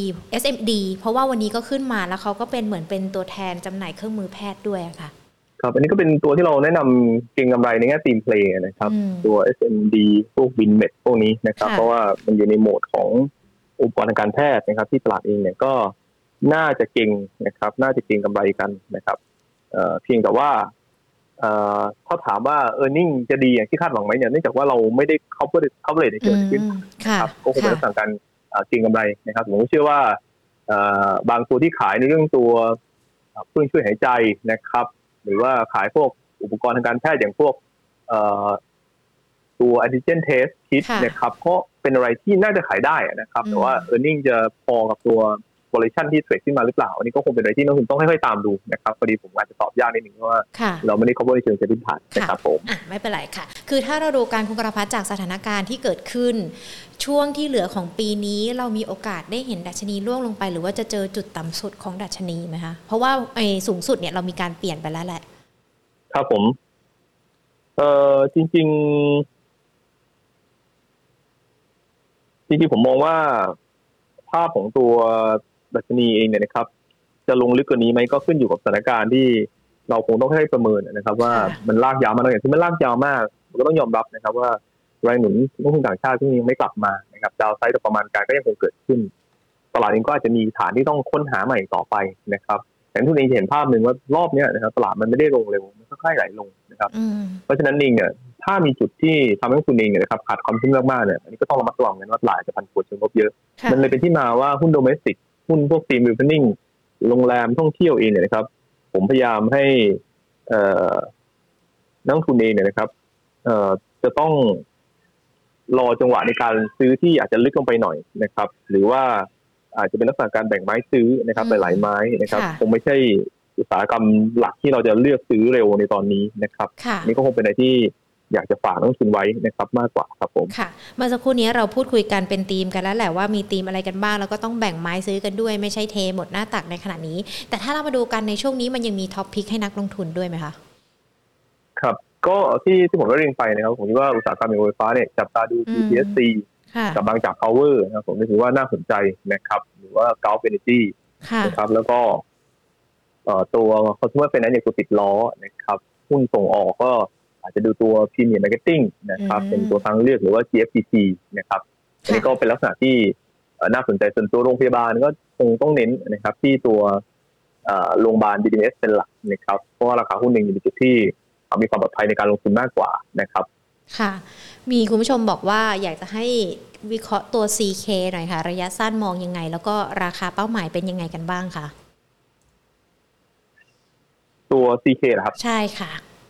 SMD เพราะว่าวันนี้ก็ขึ้นมาแล้วเขาก็เป็นเหมือนเป็นตัวแทนจำหน่ายเครื่องมือแพทย์ด้วยค่ะครับอันนี้ก็เป็นตัวที่เราแนะนำเก็งกำไรในแง่ทีมเพลย์นะครับตัว SMD พวก Winmed พวกนี้นะครับเพราะว่ามันอยู่ในโหมดของอุปกรณ์ทางการแพทย์นะครับที่ตลาดเองเนี่ยก็น่าจะเก็งนะครับน่าจะเก็งกำไรกันนะครับเพียงแต่ว่าถ้าถามว่า earning จะดีอย่างที่คาดหวังไหมเนี่ยเนื่องจากว่าเราไม่ได้ coverage ในเชิงขึ้นครับก็คงเป็นลักษณะการเก็งกำไรนะครับผมเชื่อว่าบางตัวที่ขายในเรื่องตัวเครื่องช่วยหายใจนะครับหรือว่าขายพวกอุปกรณ์ทางการแพทย์อย่างพวกตัว antigen test kit นะครับก็เป็นอะไรที่น่าจะขายได้นะครับแต่ว่า earning จะพอกับตัว valuation ที่เทรดขึ้นมาหรือเปล่าอันนี้ก็คงเป็นอะไรที่นักลงทุนต้องค่อยๆตามดูนะครับพอดีผมอาจจะตอบยากนิดนึงเพราะว่าเราไม่ได้ cover ในเชิงเศรษฐกิจนะครับผมไม่เป็นไรค่ะคือถ้าเราดูการคุณกรพัฒน์จากสถานการณ์ที่เกิดขึ้นช่วงที่เหลือของปีนี้เรามีโอกาสได้เห็นดัชนีร่วงลงไปหรือว่าจะเจอจุดต่ำสุดของดัชนีไหมคะเพราะว่าสูงสุดเนี่ยเรามีการเปลี่ยนไปแล้วแหละครับผมจริงผมมองว่าภาพของตัวดัชนีเองเนี่ยนะครับจะลงลึกกว่านี้ไหมก็ขึ้นอยู่กับสถานการณ์ที่เราคงต้องให้ประเมินนะครับว่ามันลากยาวมากอย่างที่มันลากยาวมากก็ต้องยอมรับนะครับว่าแรงหนุนนักลงทุนต่างชาติที่ยังไม่กลับมานะครับดาวไซด์ประมาณการก็ยังคงเกิดขึ้นตลาดเองก็อาจจะมีฐานที่ต้องค้นหาใหม่ต่อไปนะครับแต่ทุกคนจะเห็นภาพหนึ่งว่ารอบนี้นะครับตลาดมันไม่ได้ลงเร็วมันค่อยๆไหลลงนะครับเพราะฉะนั้นเองเนี่ยถ้ามีจุดที่ทำให้คุณเองเนี่ยนะครับขาดความชื้นมากๆเนี่ยอันนี้ก็ต้องระมัดระวังกันว่าตลาดจะผันผวนเชิงลบเยอะมันเลยเป็นที่มาว่าหุ้นโดเมสติกหุ้นพวกทีมรีเฟนนิ่งโรงแรมท่องเที่ยวเองเนี่ยนะครับผมพยายามให้นักลงทุนเองเนี่ยนะครับจะต้องรอจังหวะในการซื้อที่อาจจะลึกลงไปหน่อยนะครับหรือว่าอาจจะเป็นลักษณะการแบ่งไม้ซื้อนะครับหลายๆไม้นะครับคงไม่ใช่อุตสาหกรรมหลักที่เราจะเลือกซื้อเร็วในตอนนี้นะครับนี่ก็คงเป็นอะไรที่อยากจะฝากนักลงทุนไว้นะครับมากกว่าครับผมค่ะเมื่อสักครู่นี้เราพูดคุยกันเป็นธีมกันแล้วแหละว่ามีธีมอะไรกันบ้างแล้วก็ต้องแบ่งไม้ซื้อกันด้วยไม่ใช่เทหมดหน้าตักในขณะนี้แต่ถ้าเรามาดูกันในช่วงนี้มันยังมีท็อปพิกให้นักลงทุนด้วยไหมคะครับก็ที่ผมได้เรียนไปนะครับผมคิดว่าอุตสาหกรรมไฟฟ้าเนี่ยจับตาดู PTSC กับบางจาก Power นะครับผมถือว่าน่าสนใจนะครับหรือว่า Gulf Energy นะครับแล้วก็ตัว Consumer Finance อย่างตัวติดล้อนะครับหุ้นส่งออกก็อาจจะดูตัว Premier Marketing นะครับเป็นตัวทางเลือกหรือว่า GFPC นะครับอันนี้ก็เป็นลักษณะที่น่าสนใจส่วนตัวโรงพยาบาลก็คงต้องเน้นนะครับที่ตัวโรงพยาบาล BDMs เป็นหลักนะครับเพราะว่าราคาหุ้นเองอยู่ในจุดที่มีความปลอดภัยในการลงทุนมากกว่านะครับค่ะมีคุณผู้ชมบอกว่าอยากจะให้วิเคราะห์ตัว CK หน่อยค่ะระยะสั้นมองยังไงแล้วก็ราคาเป้าหมายเป็นยังไงกันบ้างคะตัว CK เหรอครับใช่ค่ะ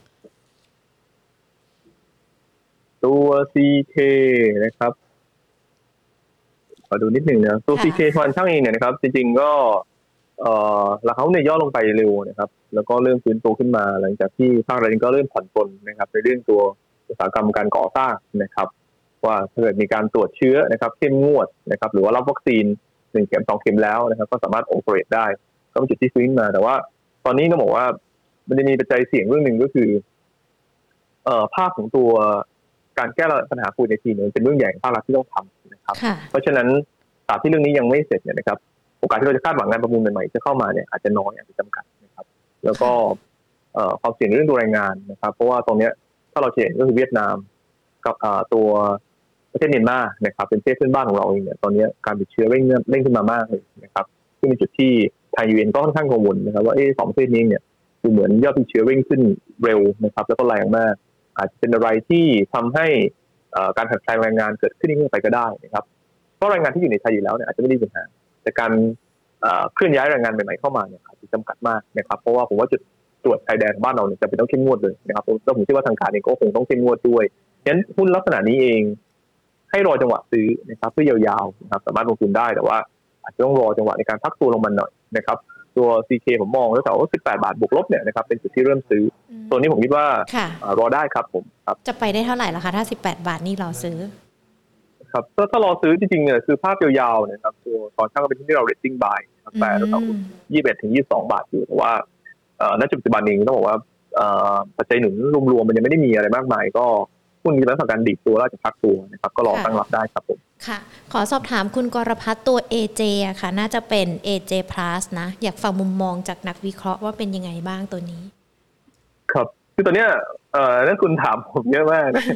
ตัว CK นะครับขอดูนิดหนึ่งนะตัว CK ฟันช่างเองเนี่ยนะครับจริงๆก็ราคาหุ้นย่อลงไปเร็วนะครับแล้วก็เริ่มฟื้นตัวขึ้นมาหลังจากที่ภาครัฐก็เริ่มผ่อนปลนนะครับในเรื่องตัวอุตสาหกรรมการก่อสร้างนะครับว่าถ้าเกิดมีการตรวจเชื้อนะครับเข้มงวดนะครับหรือว่ารับวัคซีน1 เข็ม 2 เข็มแล้วนะครับก็สามารถโอเปเรตได้ก็เป็นจุดที่ฟื้นมาแต่ว่าตอนนี้ต้องบอกว่ามันจะมีปัจจัยเสี่ยงเรื่องนึงก็คือภาพของตัวการแก้ปัญหาโควิด-19เนี่ยเป็นเรื่องใหญ่ภาครัฐที่ต้องทำนะครับเพราะฉะนั้นตราบที่เรื่องนี้ยังไม่เสร็จเนี่ยนะครับโอกาสที่เราจะคาดหวังงานประมูลใหม่ๆจะเข้ามาเนี่ยอาจจะน้อยอาจจะจำกัดนะครับแล้วก็ความเสี่ยงเรื่องตัวแรงงานนะครับเพราะว่าตรงนี้ถ้าเราเห็นก็คือเวียดนามกับตัวประเทศเมียนมานะครับเป็นประเทศเพื่อนบ้านของเราเองเนี่ยตอนนี้การติดเชื้อเร่งขึ้นมามากเลยนะครับซึ่งเป็นจุดที่ไทยUNก็ค่อนข้างกังวลนะครับว่า2 ประเทศนี้เนี่ยดูเหมือนยอดติดเชื้อเร่งขึ้นเร็วนะครับแล้วก็แรงมากอาจจะเป็นอะไรที่ทำให้การขาดแคลนแรงงานเกิดขึ้นยิ่งไปก็ได้นะครับเพราะแรงงานที่อยู่ในไทยอยู่แล้วเนี่ยอาจจะไม่ได้มีปัญหาแต่การเคลื่อนย้ายแรงงานใหม่ๆเข้ามาเนี่ยอาจจะจำกัดมากนะครับเพราะว่าผมว่าจุดตรวจชายแดนบ้านเราเนี่ยจะเป็นต้องเข้มงวดเลยนะครับแล้วผมคิดว่าทางการเองก็คงต้องเข้มงวดด้วยฉะนั้นหุ้นลักษณะนี้เองให้รอจังหวะซื้อนะครับเพื่อยาวๆนะครับสามารถลงทุนได้แต่ว่าอาจจะต้องรอจังหวะในการพักตัวลงมาหน่อยนะครับตัว CK ผมมองแล้วแต่ว่า18 บาทบวกลบเนี่ยนะครับเป็นจุดที่เริ่มซื้อตัวนี้ผมคิดว่ารอได้ครับผมครับจะไปได้เท่าไหร่ล่ะคะถ้า18 บาทนี่รอซื้อครับถ้ารอซื้อจริงๆเนี่ยคือภาพยาวๆนะครับตัวตอนช่างก็เป็นที่เราเรตติ้งบายแต่ระดับ21 ถึง 22 บาทอยู่แต่ว่าณจุดปัจจุบันเองต้องบอกว่าปัจจัยหนุนรวมๆมันยังไม่ได้มีอะไรมากมายก็หุ้นมีลักษณะการดีดตัวแล้วจะพักตัวนะครับก็รอตั้งรับได้ครับผมค่ะขอสอบถามคุณกรพัฒน์ตัว AJ อะค่ะน่าจะเป็น AJ Plus นะอยากฟังมุมมองจากนักวิเคราะห์ว่าเป็นยังไงบ้างตัวนี้ครับคือตอนเนี้ยนักคุณถามผมเยอะมากนะ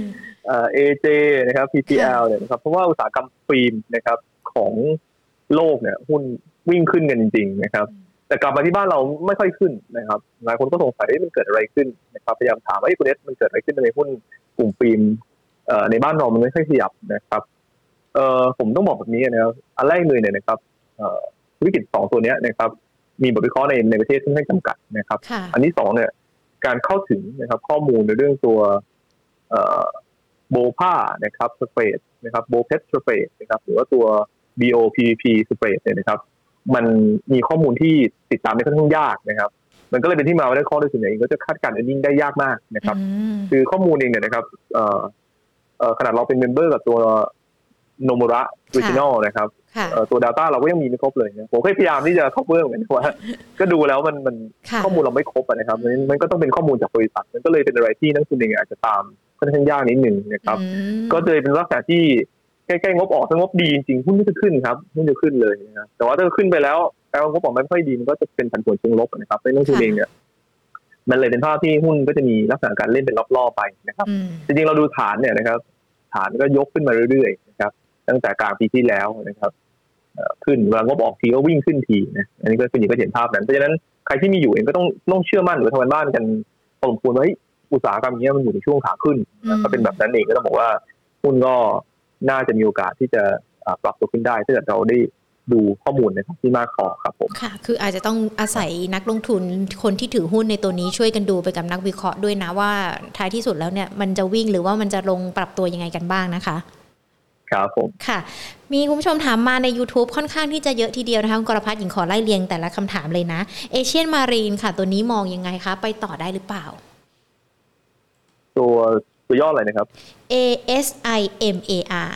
AJ นะครับ PTL เนี่ยนะครับเพราะว่าอุตสาหกรรมฟิล์มนะครับของโลกเนี่ยหุ้นวิ่งขึ้นกันจริงๆนะครับแต่กลับมาที่บ้านเราไม่ค่อยขึ้นนะครับหลายคนก็สงสัยมันเกิดอะไรขึ้นนะครับพยายามถามว่าคุณเอสมันเกิดอะไรขึ้นในหุ้นกลุ่มฟิล์มในบ้านเรามันไม่ค่อยขยับนะครับผมต้องบอกแบบนี้นะครับอันแรกเลยเนี่ยนะครับวิกฤต2ตัวนี้นะครับมีบทวิเคราะห์ในประเทศค่อนข้างจำกัดนะครับอันที่2เนี่ยการเข้าถึงนะครับข้อมูลในเรื่องตัวโบผ้านะครับสเปรดนะครับโบเพชสเปรดนะครับหรือว่าตัว BOPP สเปรดเนี่ยนะครับมันมีข้อมูลที่ติดตามได้ค่อนข้างยากนะครับมันก็เลยเป็นที่มาว่าได้ข้อโดยส่วนใหญ่ก็จะคาดการณ์earningได้ยากมากนะครับคือข้อมูลเองเนี่ยนะครับขนาดเราเป็นเมมเบอร์กับตัวโนมุระออริจินอลนะครับตัว Data เราก็ยังมีไม่ครบเลยนะผมพยายามที่จะเข้าเพิ่มเหมือนกันว่าก็ดูแล้วมันข้อมูลเราไม่ครบนะครับมันก็ต้องเป็นข้อมูลจากบริษัทมันก็เลยเป็นอะไรที่นักลงทุนเองอาจจะตามค่อนข้างยากนิดนึงนะครับก็เลยเป็นลักษณะที่ใกล้ๆงบออกถ้างบดีจริงๆหุ้นก็จะขึ้นครับหุ้นจะขึ้นเลยนะแต่ว่าถ้าขึ้นไปแล้วแปลว่างบออกไม่ค่อยดีมันก็จะเป็นผันผวนเชิงลบนะครับในนักลงทุนเองเนี่ยมันเลยเป็นภาพที่หุ้นก็จะมีลักษณะการเล่นเป็นรอบๆไปนะครับจริงๆเราดูฐานเนี่ยนะครับฐานก็ยกขึ้นมาเรื่อยๆนะครับตั้งแต่กลางปีที่แล้วนะครับขึ้นเวลางบออกทีก็วิ่งขึ้นทีนะอันนี้ก็คุณหญิงก็เห็นภาพนั้นเพราะฉะนั้นใครที่มีอยู่เองก็ต้องเชื่อมั่นหรือทำงานบ้านกันพอสมควรว่าอุตสาหกรรมนี้มันอยู่ในช่วงขาขึ้นก็เป็นแบบนั้นเองก็ต้องบอกว่าหุ้นก็น่าจะมีโอกาสที่จะปรับตัวขึ้นได้ถ้าเกิดเราได้ดูข้อมูลนะครับที่มากพอครับผมค่ะคืออาจจะต้องอาศัยนักลงทุนคนที่ถือหุ้นในตัวนี้ช่วยกันดูไปกับนักวิเคราะห์ด้วยนะว่าท้ายที่สุดแล้วเนี่ยมันจะวิ่งหรือว่ามันจะลงปรับตัวยังไงกันบ้างนะคะครับผมค่ะมีคุณผู้ชมถามมาใน YouTube ค่อนข้างที่จะเยอะทีเดียวนะคะคุณกรพัฒน์หญิงขอไล่เรียงแต่ละคำถามเลยนะเอเชียนมารีนค่ะตัวนี้มองยังไงคะไปต่อได้หรือเปล่าตัวย่ออะไรนะครับ ASIMAR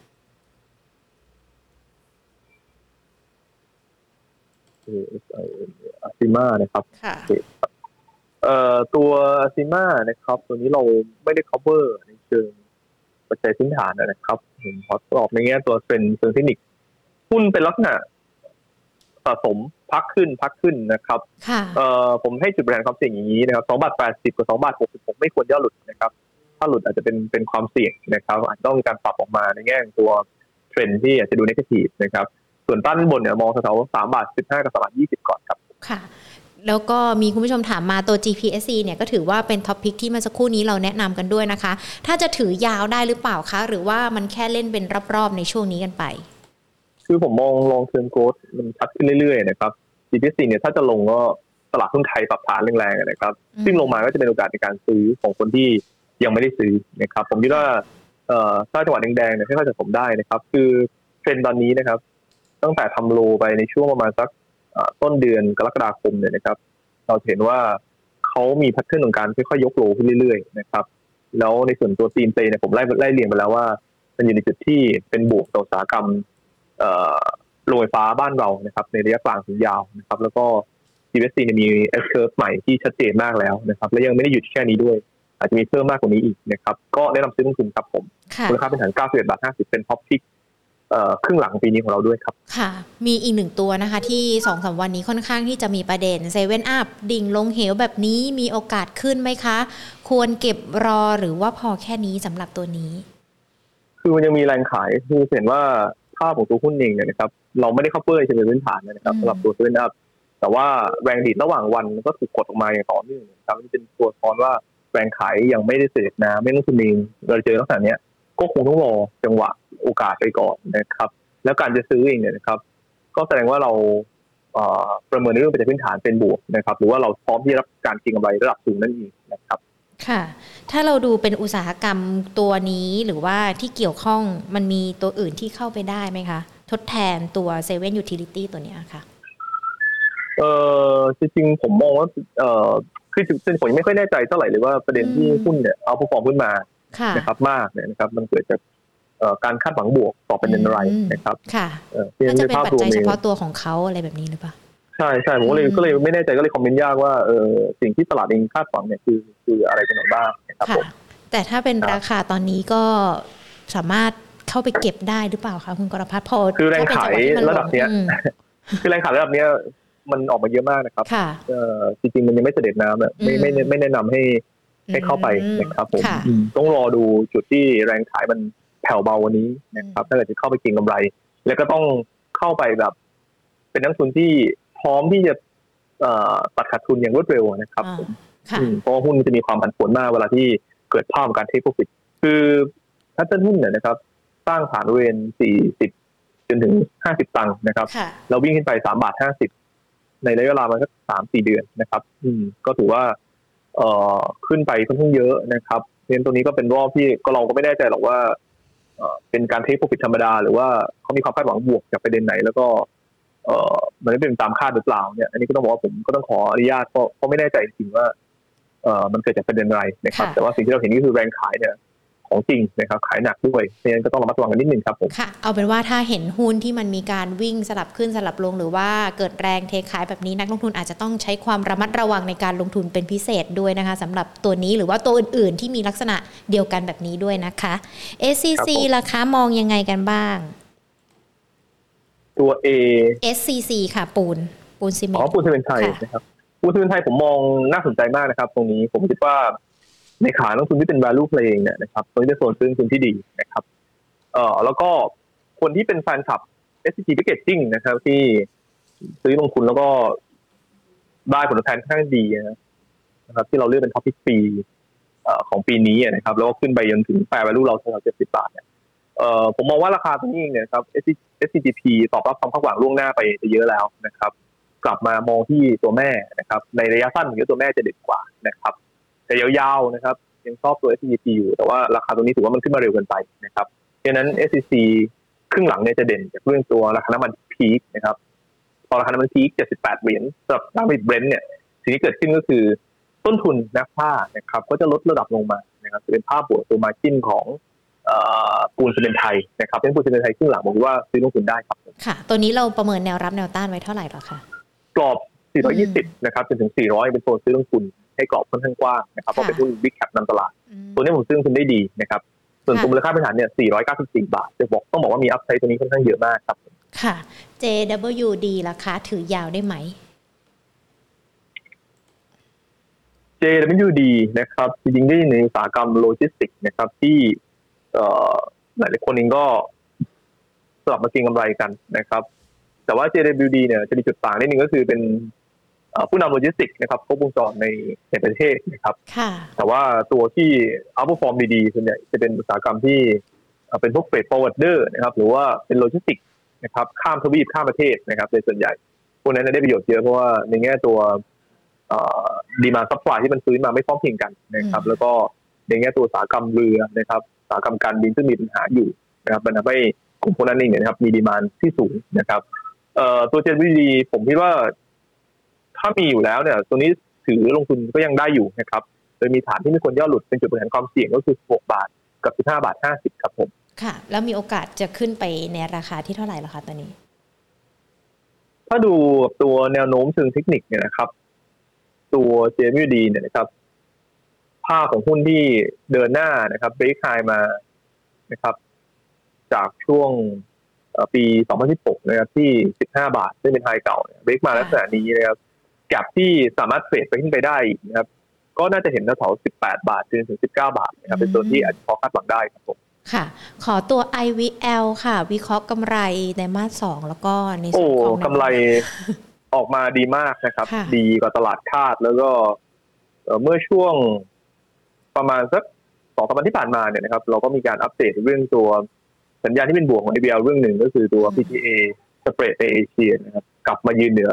อาซิมานะครับค่ะตัวอาซิมานะครับตัวนี้เราไม่ได้ cover ในเชิงปัจจัยพื้นฐานนะครับผมขอตอบในแง่ตัวเป็นเชิงเทคนิคหุ้นเป็นลักษณะสะสมพักขึ้นนะครับผมให้จุดบริหารความเสี่ยงอย่างนี้นะครับ2.80 กับ2.60ผมไม่ควรย่อหลุดนะครับถ้าหลุดอาจจะเป็นความเสี่ยงนะครับอาจจะต้องมีการปรับออกมาในแง่ตัวเทรนด์ที่อาจจะดูเนกาทีฟนะครับส่วนต้านบนเนี่ยมองแถวๆ3.15 กับ3.20ก่อนครับค่ะแล้วก็มีคุณผู้ชมถามมาตัว GPSC เนี่ยก็ถือว่าเป็นท็อปพิกที่เมื่อสักครู่นี้เราแนะนำกันด้วยนะคะถ้าจะถือยาวได้หรือเปล่าคะหรือว่ามันแค่เล่นเป็นรอบๆในช่วงนี้กันไปคือผมมองลองเทอมโกรทมันชัดขึ้นเรื่อยๆนะครับ GPSC เนี่ยถ้าจะลงก็ตลาดหุ้นไทยปรับฐานแรงๆนะครับซึ่งลงมาก็จะเป็นโอกาสในการซื้อของคนที่ยังไม่ได้ซื้อนะครับผมคิดว่าถ้าจังหวะแดงๆเนี่ยค่อยๆสะสมได้นะครับคือเทรนด์ตอนนี้นะครับตั้งแต่ทำโลไปในช่วงประมาณสักต้นเดือนกรกฎาคมเนี่ยนะครับเราเห็นว่าเขามีแพทเทิร์นของการค่อยๆยกโลขึ้นเรื่อยๆนะครับแล้วในส่วนตัวธีมเพลย์เนี่ยผมไล่เรียงไปแล้วว่ามันอยู่ในจุดที่เป็นบวกต่ออุตสาหกรรมโรงไฟฟ้าบ้านเรานะครับในระยะกลางถึงยาวนะครับแล้วก็ GPSC เนี่ยมี S-curve ใหม่ที่ชัดเจนมากแล้วนะครับและยังไม่ได้หยุดแค่นี้ด้วยอาจจะมีเพิ่มมากกว่านี้อีกนะครับก็แนะนำซื้อลงทุนครับผมมูลค่าเป็นฐาน91.50 เป็นท็อปพิกครึ่งหลังปีนี้ของเราด้วยครับค่ะมีอีกหนึ่งตัวนะคะที่ 2-3 วันนี้ค่อนข้างที่จะมีประเด็นเซเว่นอัพดิ่งลงเหวแบบนี้มีโอกาสขึ้นไหมคะควรเก็บรอหรือว่าพอแค่นี้สำหรับตัวนี้คือมันยังมีแรงขายคือเห็นว่าภาพของตัวหุ้นเองเนี่ยนะครับเราไม่ได้เข้าเป้ยเชิงพื้นฐานนะครับสำหรับตัวเซเว่นอัพแต่ว่าแรงดีดระหว่างวันก็ถูกกดออกมาอย่างต่อเนื่องนะครับนี่เป็นตัวซ้อนว่าแรงขายยังไม่ได้เสด็จน้ำไม่ต้องทุนเองเราเจอลักษณะนี้ก็คงต้องรอจังหวะโอกาสไปก่อนนะครับแล้วการจะซื้อเองเนี่ยนะครับก็แสดงว่าเราประเมินในเรื่องปัจจัยพื้นฐานเป็นบวกนะครับหรือว่าเราพร้อมที่จะรับการเก็งกำไรระดับสูงนั่นเองนะครับค่ะถ้าเราดูเป็นอุตสาหกรรมตัวนี้หรือว่าที่เกี่ยวข้องมันมีตัวอื่นที่เข้าไปได้ไหมคะทดแทนตัวเซเว่นยูทิลิตี้ตัวนี้ค่ะจริงๆผมมองว่าคือผมยังไม่ค่อยแน่ใจเท่าไหร่เลยว่าประเด็นที่หุ้นเนี่ยเอาพอฟอร์มขึ้นมานะครับมากเนี่ยนะครับมันเกิดจากการคาดหวังบวกต่อประเด็นอะไรนะครับค่ะก็จะเป็นปัจจัยเฉพาะตัวของเขาอะไรแบบนี้หรือเปล่าใช่ผมก็เลยไม่แน่ใจก็เลยคอมเมนต์ยากว่าสิ่งที่ตลาดเองคาดหวังเนี่ยคืออะไรกันบ้างนะครับผมแต่ถ้าเป็นราคาตอนนี้ก็สามารถเข้าไปเก็บได้หรือเปล่าคะคุณกรพัฒน์พอคือแรงขายระดับเนี้ยคือแรงขายระดับเนี้ยมันออกมาเยอะมากนะครับจริงๆมันยังไม่เสด็จน้ำอ่ะไม่แนะนำให้เข้าไปนะครับผมต้องรอดูจุดที่แรงขายมันแผ่วเบาวันนี้นะครับถ้าเกิดจะเข้าไปเก็งกำไรแล้วก็ต้องเข้าไปแบบเป็นนักลงทุนที่พร้อมที่จะตัดขาดทุนอย่างรวดเร็วนะครับผมเพราะหุ้นจะมีความผันผวนมากเวลาที่เกิดภาพการเทคโปรฟิตคือถ้าเต้นหุ้นเนี่ยนะครับสร้างฐานบริเวณ40จนถึง50ตังค์นะครับเราวิ่งขึ้นไป3.50ในระยะเวลามันก็ 3-4 เดือนนะครับก็ถือว่าขึ้นไปค่อนข้างเยอะนะครับเรื่องตัวนี้ก็เป็นรอบที่เราก็ไม่แน่ใจหรอกว่าเป็นการเทคโปรฟิตธรรมดาหรือว่าเขามีความคาดหวังบวกจากประเด็นไหนแล้วก็มันไม่เป็นตามคาดหรือเปล่าเนี่ยอันนี้ก็ต้องบอกว่าผมก็ต้องขออนุญาตเพราะไม่แน่ใจจริงๆว่ามันเกิดจากประเด็นอะไรนะครับแต่ว่าสิ่งที่เราเห็นก็คือแรงขายเนี่ยของจริงนะครับขายหนักด้วยเพราะฉะนั้นก็ต้องระมัดระวังกันนิดนึงครับผมค่ะเอาเป็นว่าถ้าเห็นหุ้นที่มันมีการวิ่งสลับขึ้นสลับลงหรือว่าเกิดแรงเทขายแบบนี้นักลงทุนอาจจะต้องใช้ความระมัดระวังในการลงทุนเป็นพิเศษด้วยนะคะสำหรับตัวนี้หรือว่าตัวอื่นๆที่มีลักษณะเดียวกันแบบนี้ด้วยนะคะ SCC ราคามองยังไงกันบ้างตัว A SCC ค่ะปูนซีเมนต์ปูนซีเมนต์ไทยนะครับปูนซีเมนต์ไทยผมมองน่าสนใจมากนะครับตรงนี้ผมคิดว่าในขาลงทุนที่เป็น value play เนี่ยนะครับตรงนี้เป็นโซนซื้อลงทุนที่ดีนะครับแล้วก็คนที่เป็นแฟนคลับ SCG Packaging นะครับที่ซื้อลงทุนแล้วก็ได้ผลตอบแทนค่อนข้างดีนะครับที่เราเลือกเป็น top pick ปีของปีนี้นะครับแล้วก็ขึ้นไปจนถึง fair value เรา70 บาทเนี่ยผมมองว่าราคาตรงนี้เองเนี่ยครับ SCGP ตอบรับความคาดหวังล่วงหน้าไปเยอะแล้วนะครับกลับมามองที่ตัวแม่นะครับในระยะสั้นตัวแม่จะเด่นกว่านะครับแต่ยาวๆนะครับยังชอบตัว SCGP อยู่แต่ว่าราคาตรงนี้ถือว่ามันขึ้นมาเร็วเกินไปนะครับฉะนั้น SEC ครึ่งหลังเนี่ยจะเด่นจากเรื่องตัวราคาน้ำมันพีคนะครับพอราคาน้ำมันพีค78เหรียญสำหรับน้ำมันเบรนท์เนี่ยสิ่งที่เกิดขึ้นก็คือต้นทุนนักผ้านะครับก็จะลดระดับลงมานะครับจะเป็นภาพบวกตัวมาร์จิ้นของปูนซีเมนต์ไทยนะครับเป็นปูนซีเมนต์ไทยครึ่งหลังผมว่าซื้อลงทุนได้ครับค่ะตัวนี้เราประเมินแนวรับแนวต้านไว้เท่าไหร่หรอคะกรอบ420นะครับจนถึง400เป็นโซนซื้อลงทุนให้กรอบค่อนข้างกว้างนะครับเพราะเป็นหุ้นบิ๊กแคปนำตลาดตัวนี้ผมซื้อลงทุนได้ดีนะครับส่วนตัวมูลค่าพื้นฐานเนี่ย494บาทจะบอกต้องบอกว่ามีอัพไซด์ตัวนี้ค่อนข้างเยอะมากครับค่ะ JWD ราคาถือยาวได้ไหม JWD นะครับจริงๆได้ในอุตสาหกรรมโลจิสติกส์นะครับที่หลายๆคนเองก็สลับมาเก็งกำไรกันนะครับแต่ว่า JWD เนี่ยจะมีจุดต่างนิดนึงก็คือเป็นผู้นำโลจิสติกส์นะครับครบวงจรในประเทศนะครับแต่ว่าตัวที่ outperform ดีๆส่วนใหญ่จะเป็นอุตสาหกรรมที่เป็นพวก freight forwarder นะครับหรือว่าเป็นโลจิสติกส์นะครับข้ามทวีปข้ามประเทศนะครับในส่วนใหญ่พวกนั้นได้ประโยชน์เยอะเพราะว่าในแง่ตัวdemand supply ที่มันซื้อมาไม่พร้อมเพรียงกันนะครับแล้วก็ในแง่ตัวอุตสาหกรรมเรือนะครับอุตสาหกรรมการบินซึ่งมีปัญหาอยู่นะครับมันทำให้กลุ่มพวกนั้นเองเนี่ยนะครับมี demand ที่สูงนะครับตัว JWD ผมคิดว่าถ้ามีอยู่แล้วเนี่ยตัวนี้ถือลงทุนก็ยังได้อยู่นะครับโดยมีฐานที่ไม่ควรย่อหลุดเป็นจุดบริหารความเสี่ยงก็คือ6 บาทกับ15.50 บาทครับผมค่ะแล้วมีโอกาสจะขึ้นไปในราคาที่เท่าไหร่ล่ะคะตอนนี้ถ้าดูตัวแนวโน้มเชิงเทคนิคเนี่ยนะครับตัว JWD เนี่ยนะครับภาพของหุ้นที่เดินหน้านะครับเบรกไฮมานะครับจากช่วงปี2016นะครับที่15 บาทซึ่งเป็นไฮเก่าเนี่ยเบรกมาลักษณะนี้นะครับแก็ปที่สามารถเทรดไปขึ้นไปได้นะครับก็น่าจะเห็นแถว18 บาทจนถึง19 บาทนะครับเป็นตัวที่อาจจะพอคาดหวังได้ครับผมค่ะขอตัว IVL ค่ะวิเคราะห์กำไรในมาส2แล้วก็ในส่วนของกำไรออกมาดีมากนะครับดีกว่าตลาดคาดแล้วก็เมื่อช่วงประมาณสัก2-3 วันที่ผ่านมาเนี่ยนะครับเราก็มีการอัปเดตเรื่องตัวสัญญาณที่เป็นบวกของ IVL เรื่องหนึ่งก็คือตัว PTA สเปรดในเอเชียนะครับกลับมายืนเหนือ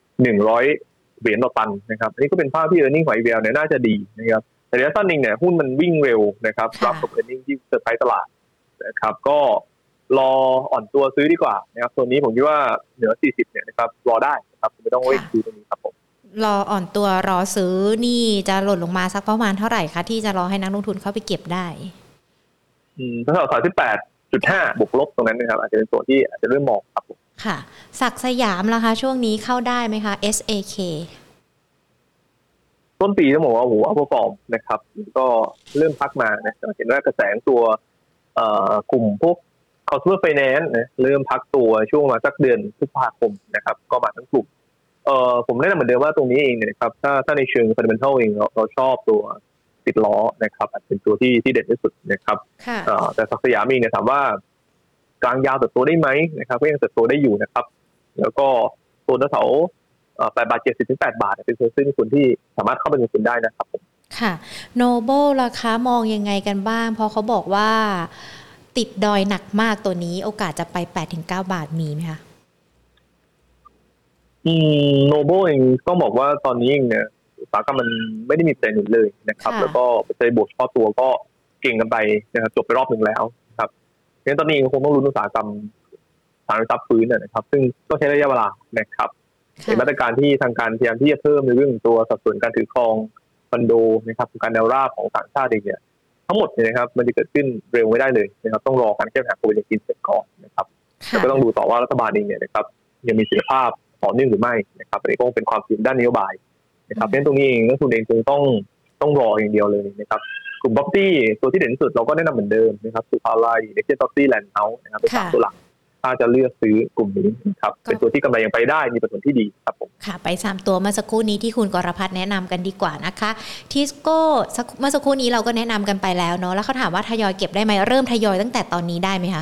100เหรียญต่อตันนะครับอันนี้ก็เป็นภาพที่ earning ของ IVL เนี่ยน่าจะดีนะครับแต่ระยะสั้นนึงเนี่ยหุ้นมันวิ่งเร็วนะครับรับกับ earning ที่เซอร์ไพรส์ตลาดนะครับก็รออ่อนตัวซื้อดีกว่านะครับตัวนี้ผมคิดว่าเหนือ40เนี่ยนะครับรอได้นะครับไม่ต้องเร่งซื้อตรงนี้ครับผมรออ่อนตัวรอซื้อนี่จะหล่นลงมาสักประมาณเท่าไหร่คะที่จะรอให้นักลงทุนเข้าไปเก็บได้ถ้า38.5 บวกลบตรงนั้นนะครับอาจจะเป็นตัวที่อาจจะเริ่มมองครับค่ะศักดิ์สยามล่ะคะช่วงนี้เข้าได้ไหมคะ SAK ต้นปีต้องบอกว่าโอ้โหอัพพอร์ฟอร์มนะครับก็เริ่มพักมานะเห็นว่ากระแสตัวกลุ่มพวก consumer finance นะเริ่มพักตัวช่วงมาสักเดือนพฤษภาคมนะครับก็มาทั้งกลุ่มผมแนะนำเหมือนเดิมว่าตรงนี้เองเนี่ยครับถ้าในเชิง fundamental เองเราชอบตัวติดล้อนะครับอาจเป็นตัวที่เด่นที่สุดนะครับแต่ศักดิ์สยามเองเนี่ยถามว่ากลางยาวเติบโตได้ไหมนะครับก็ยังเติบโตได้อยู่นะครับแล้วก็ตัวแถว8 บาท 70 ถึง 8 บาทเป็นตัวซึ่งคนที่สามารถเข้าไปลงทุนได้นะครับผมค่ะ Noble ราคามองยังไงกันบ้างเพราะเขาบอกว่าติดดอยหนักมากตัวนี้โอกาสจะไป 8-9 บาทมีไหมคะ Noble เองต้องบอกว่าตอนนี้เองเนี่ยอุตสาหกรรมมันไม่ได้มีแต่หนุนเลยนะครับแล้วก็ปัจจัยบวกเฉพาะตัวก็เก่งกันไปนะครับจบไปรอบหนึ่งแล้วครับงั้นตอนนี้คงต้องลุ้นอุตสาหกรรมทางทรัพย์ฟื้นนะครับซึ่งต้องใช้ระยะเวลานะครับในมาตรการที่ทางการพยายามที่จะเพิ่มในเรื่องตัวสัดส่วนการถือครองคอนโดนะครับการแนวราบของต่างชาติเองเนี่ยทั้งหมดเนี่ยนะครับมันจะเกิดขึ้นเร็วไม่ได้เลยนะครับต้องรอการแก้ปัญหาโควิด-19เสร็จก่อนนะครับแล้วก็ต้องดูต่อว่ารัฐบาลเองเนี่ยนะครับยังมีศักยภาพต่อเนื่องหรือไม่นะครับอันนี้ก็เป็นความเสี่ยงด้านนโยบายนะครับเพราะฉะนั้นตรงนี้เองนักลงทุนเองคงต้องรออย่างเดียวเลยนะครับกลุ่ม property ตัวที่เด่นที่สุดเราก็แนะนำเหมือนเดิมนะครับสุภาลัยเด็กเจน property land house นะครับเป็น3ตัวหลักถ้าจะเลือกซื้อกลุ่มนี้ครับเป็นตัวที่กำไรยังไปได้มีผลที่ดีครับผมค่ะไป3ตัวเมื่อสักครู่นี้ที่คุณกรพัฒน์แนะนำกันดีกว่านะคะทิสโก้เมื่อสักครู่นี้เราก็แนะนำกันไปแล้วเนาะแล้วเขาถามว่าทยอยเก็บได้ไหมเริ่มทยอยตั้งแต่ตอนนี้ได้ไหมคะ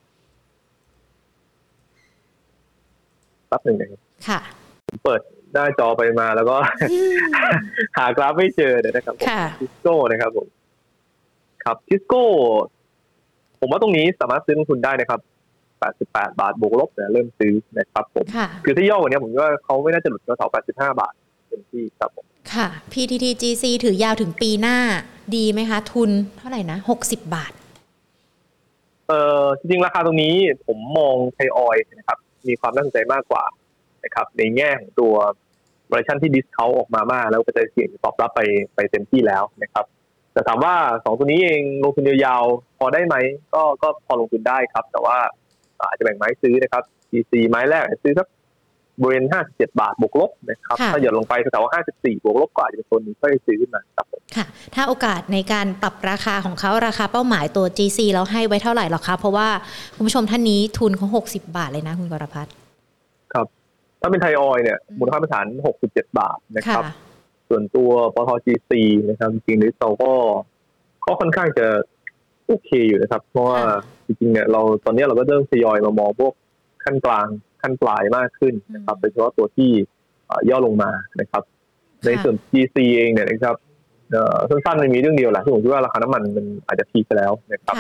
แป๊บนึงนะครับค่ะเปิดหน้าจอไปมาแล้วก็หากราฟไม่เจอนะครับผมทิสโก้นะครับผมครับทิสโก้ผมว่าตรงนี้สามารถซื้อลงทุนได้นะครับ88 บาทบวกลบเนี่ยเริ่มซื้อนะครับผมคือถ้าย่อกว่านี้ผมว่าเขาไม่น่าจะหลุดแถว85 บาทเป็นที่ครับผมค่ะ PTTGC ถือยาวถึงปีหน้าดีไหมคะทุนเท่าไหร่นะ60 บาทจริงๆราคาตรงนี้ผมมองไทยออยล์นะครับมีความน่าสนใจมากกว่านะครับในแง่ของตัว valuation ที่ดิสเคาท์ออกมามากแล้วก็จะเสี่ยงตอบรับไปเต็มที่แล้วนะครับแต่ถามว่า2ตัวนี้เองลงทุนยาวๆพอได้ไหมก็พอลงทุนได้ครับแต่ว่าอาจจะแบ่งไม้ซื้อนะครับ GC ไม้แรกซื้อสักบริเวณ57 บาทบวกลบนะครับถ้าหย่อนลงไปแถว54บวกลบก็อาจจะเป็นตัวนี้ค่อยซื้อขึ้นมาครับค่ะถ้าโอกาสในการปรับราคาของเขาราคาเป้าหมายตัว GC เราให้ไว้เท่าไหร่หรอคะเพราะว่าคุณผู้ชมท่านนี้ทุนเขา60 บาทเลยนะคุณกรพัฒน์ครับถ้าเป็นไทยออยล์เนี่ยมูลค่าพื้นฐาน67 บาทนะครับส่วนตัวปตท. GC นะครับจริงๆนี่เราก็ค่อนข้างจะโอเคอยู่นะครับเพราะว่าจริงๆเนี่ยเราตอนนี้เราก็เริ่มทยอยมามองพวกขั้นกลางขั้นปลายมากขึ้นนะครับโดยเฉพาะตัวที่ย่อลงมานะครับในส่วน GC เองเนี่ยนะครับสั้นๆมันมีเรื่องเดียวแหละที่ผมคิดว่าราคาน้ำมันมันอาจจะพีคไปแล้วนะครับ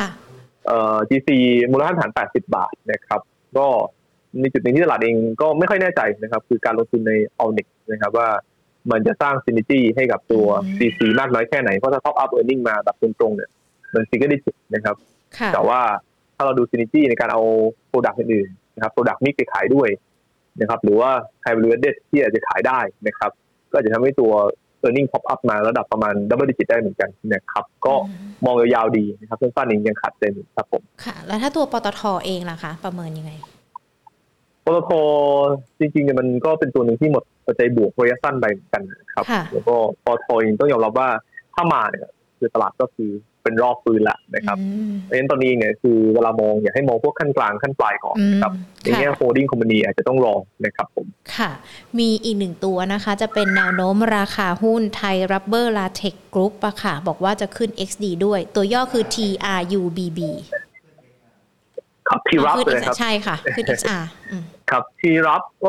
GC มูลค่าฐาน80 บาทนะครับก็ในจุดหนึ่งที่ตลาดเองก็ไม่ค่อยแน่ใจนะครับคือการลงทุนใน Allnex นะครับว่ามันจะสร้าง synergy ให้กับตัว GC มากน้อยแค่ไหนเพราะถ้า top up earning มาแบบตรงๆเนี่ยมันซิงเกิลดิจิตนะครับแต่ว่าถ้าเราดู synergy ในการเอา product อื่นๆนะครับ product mix ไปขายด้วยนะครับหรือว่า high value added ที่อาจจะขายได้นะครับก็จะทำให้ตัว earning pop up มาระดับประมาณ double digit ได้เหมือนกันนะครับก็มองยาวๆดีนะครับสั้นๆเองยังขาดเต็มครับผมค่ะแล้วถ้าตัวปตท.เองล่ะคะประเมินยังไงปตท.จริงๆเนี่ยมันก็เป็นตัวหนึ่งที่หมดปัจจัยบวกระยะสั้นไปเหมือนกันนะครับแล้วก็ปตท.เองต้องยอมรับว่าถ้ามาเนี่ยคือตลาดก็คือเป็นรอบฟื้นละนะครับเพราะฉะนั้นตอนนี้เนี่ยคือเวลามองอยากให้มองพวกขั้นกลางขั้นปลายก่อนนะครับในแง่ holding company อาจจะต้องรอนะครับผมค่ะมีอีกหนึ่งตัวนะคะจะเป็นแนวโน้มราคาหุ้นไทย Rubber Latex Group อะค่ะบอกว่าจะขึ้น XD ด้วยตัวย่อคือ TRUBB ครับ TRUB เลยครับใช่ค่ะขึ้น XR ครับ TRUB ก็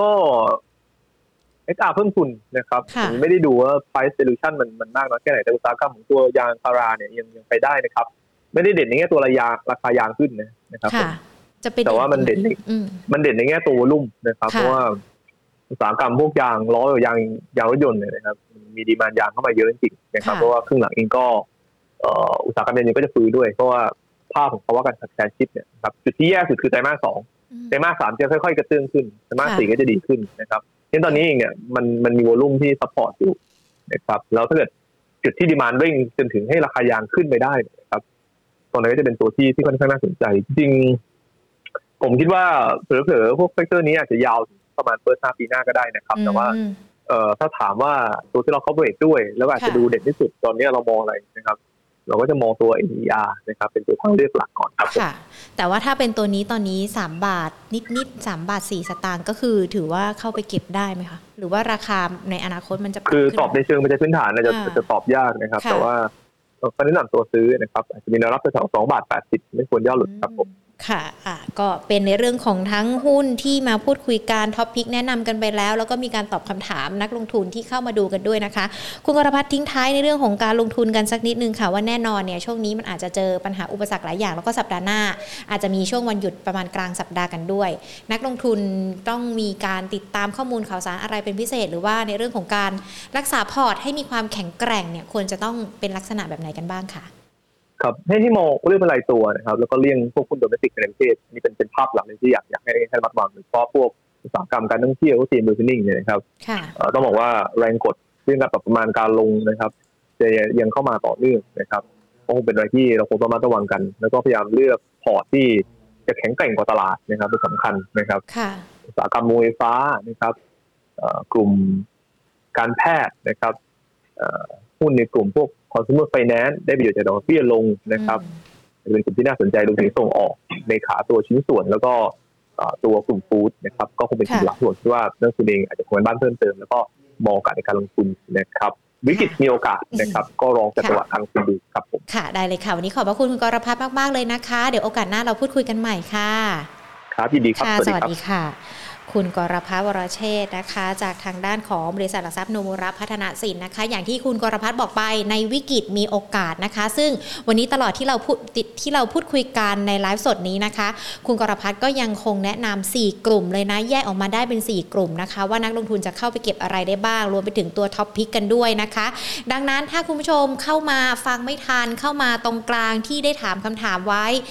XR เพิ่มทุนนะครับผมไม่ได้ดูว่า price dilution มันมากน้อยแค่ไหนแต่อุตสาหกรรมของตัวยางพาราเนี่ยยังไปได้นะครับไม่ได้เด่นในแง่ตัวราคายางขึ้นนะครับแต่ว่ามันเด่นในแง่ตัววอลุ่มนะครับเพราะว่าอุตสาหกรรมพวกยางล้อยางรถยนต์เนี่ยนะครับมีดีมานด์ยางเข้ามาเยอะจริงๆนะครับเพราะว่าครึ่งหลังเองก็อุตสาหกรรมยางก็จะฟื้นด้วยเพราะว่าภาพของภาวะการขาดแคลนชิปเนี่ยครับจุดที่แย่สุดคือไตรมาส 2ไตรมาส 3จะค่อยๆกระเตื้องขึ้นไตรมาส 4ก็จะดีขึ้นนะครับตอนนี้เองเนี่ยมันมีวอลุ่มที่ซัพพอร์ตอยู่นะครับแล้วถ้าเกิดจุดที่ดีมานด์เร่งจนถึงให้ราคายางขึ้นไปได้นะครับตอนนั้นก็จะเป็นตัวที่ค่อนข้างน่าสนใจจริงผมคิดว่าเผลอๆพวกเฟกเตอร์นี้อาจจะยาวประมาณเปิด5 ปีหน้าก็ได้นะครับแต่ว่าถ้าถามว่าตัวที่เราเข้าเบรกด้วยแล้วอาจจะดูเด่นที่สุดตอนนี้เรามองอะไรนะครับเราก็จะมองตัว NER นะครับเป็นตัวทางเลือกหลักก่อนครับค่ะแต่ว่าถ้าเป็นตัวนี้ตอนนี้3 บาทนิดๆ3 บาท 4 สตางค์ก็คือถือว่าเข้าไปเก็บได้ไหมคะหรือว่าราคาในอนาคตมันจะคือตอบในเชิงมันจะพื้นฐานจะตอบยากนะครับแต่ว่าก็แนะนำตัวซื้อนะครับอาจจะมีแนวรับแถว2 บาท 80ไม่ควรย่อหลุดครับผมค่ะก็เป็นในเรื่องของทั้งหุ้นที่มาพูดคุยกันท็อปพิกแนะนำกันไปแล้วก็มีการตอบคำถามนักลงทุนที่เข้ามาดูกันด้วยนะคะคุณกรพัฒน์ทิ้งท้ายในเรื่องของการลงทุนกันสักนิดนึงค่ะว่าแน่นอนเนี่ยช่วงนี้มันอาจจะเจอปัญหาอุปสรรคหลายอย่างแล้วก็สัปดาห์หน้าอาจจะมีช่วงวันหยุดประมาณกลางสัปดาห์กันด้วยนักลงทุนต้องมีการติดตามข้อมูลข่าวสารอะไรเป็นพิเศษหรือว่าในเรื่องของการรักษาพอร์ตให้มีความแข็งแกร่งเนี่ยควรจะต้องเป็นลักษณะแบบไหนกันบ้างค่ะครับให้มองเรื่องเป็นรายตัวนะครับแล้วก็เลี่ยงพวกหุ้นโดเมสติกในประเทศนี่เป็นภาพหลักที่อยากให้ระมัดระวังโดยเฉพาะพวกอุตสาหกรรมการท่องเที่ยวทีมเบอร์ฟินิ่งเนี่ยนะครับต้องบอกว่าแรงกดเรื่องการปรับประมาณการลงนะครับจะยังเข้ามาต่อเนื่องนะครับก็คงเป็นอะไรที่เราคงต้องระมัดระวังกันแล้วก็พยายามเลือกพอร์ตที่จะแข็งแกร่งกว่าตลาดนะครับเป็นสำคัญนะครับอุตสาหกรรมโรงไฟฟ้านะครับกลุ่มการแพทย์นะครับหุ้นในกลุ่มพวกconsumer finance ได้ประโยชน์จากดอกเบี้ยลงนะครับเป็นกลุ่มที่น่าสนใจรวมถึงส่งออกในขาตัวชิ้นส่วนแล้วก็ตัวกลุ่มฟู้ดนะครับก็คงเป็นกลุ่มหลักที่ว่านักลงทุนเองอาจจะควรบ้านเพิ่มเติมแล้วก็มองโอกาสในการลงทุนนะครับวิกฤตมีโอกาสนะครับก็ลองจัดจังหวะการลงทุนดูครับผมค่ะได้เลยค่ะวันนี้ขอบพระคุณคุณกรพัฒน์มากๆเลยนะคะเดี๋ยวโอกาสหน้าเราพูดคุยกันใหม่ค่ะครับยินดีครับสวัสดีค่ะคุณกรพัฒน์วรเชษฐ์นะคะจากทางด้านของบริษัทหลักทรัพย์โนมูระพัฒนสินนะคะอย่างที่คุณกรพัฒน์บอกไปในวิกฤตมีโอกาสนะคะซึ่งวันนี้ตลอดที่เราพูดคุยกันในไลฟ์สดนี้นะคะคุณกรพัฒน์ก็ยังคงแนะนำ4 กลุ่มเลยนะแยกออกมาได้เป็น4 กลุ่มนะคะว่านักลงทุนจะเข้าไปเก็บอะไรได้บ้างรวมไปถึงตัวท็อปพิกกันด้วยนะคะดังนั้นถ้าคุณผู้ชมเข้ามาฟังไม่ทันเข้ามาตรงกลางที่ได้ถามคำถามไว้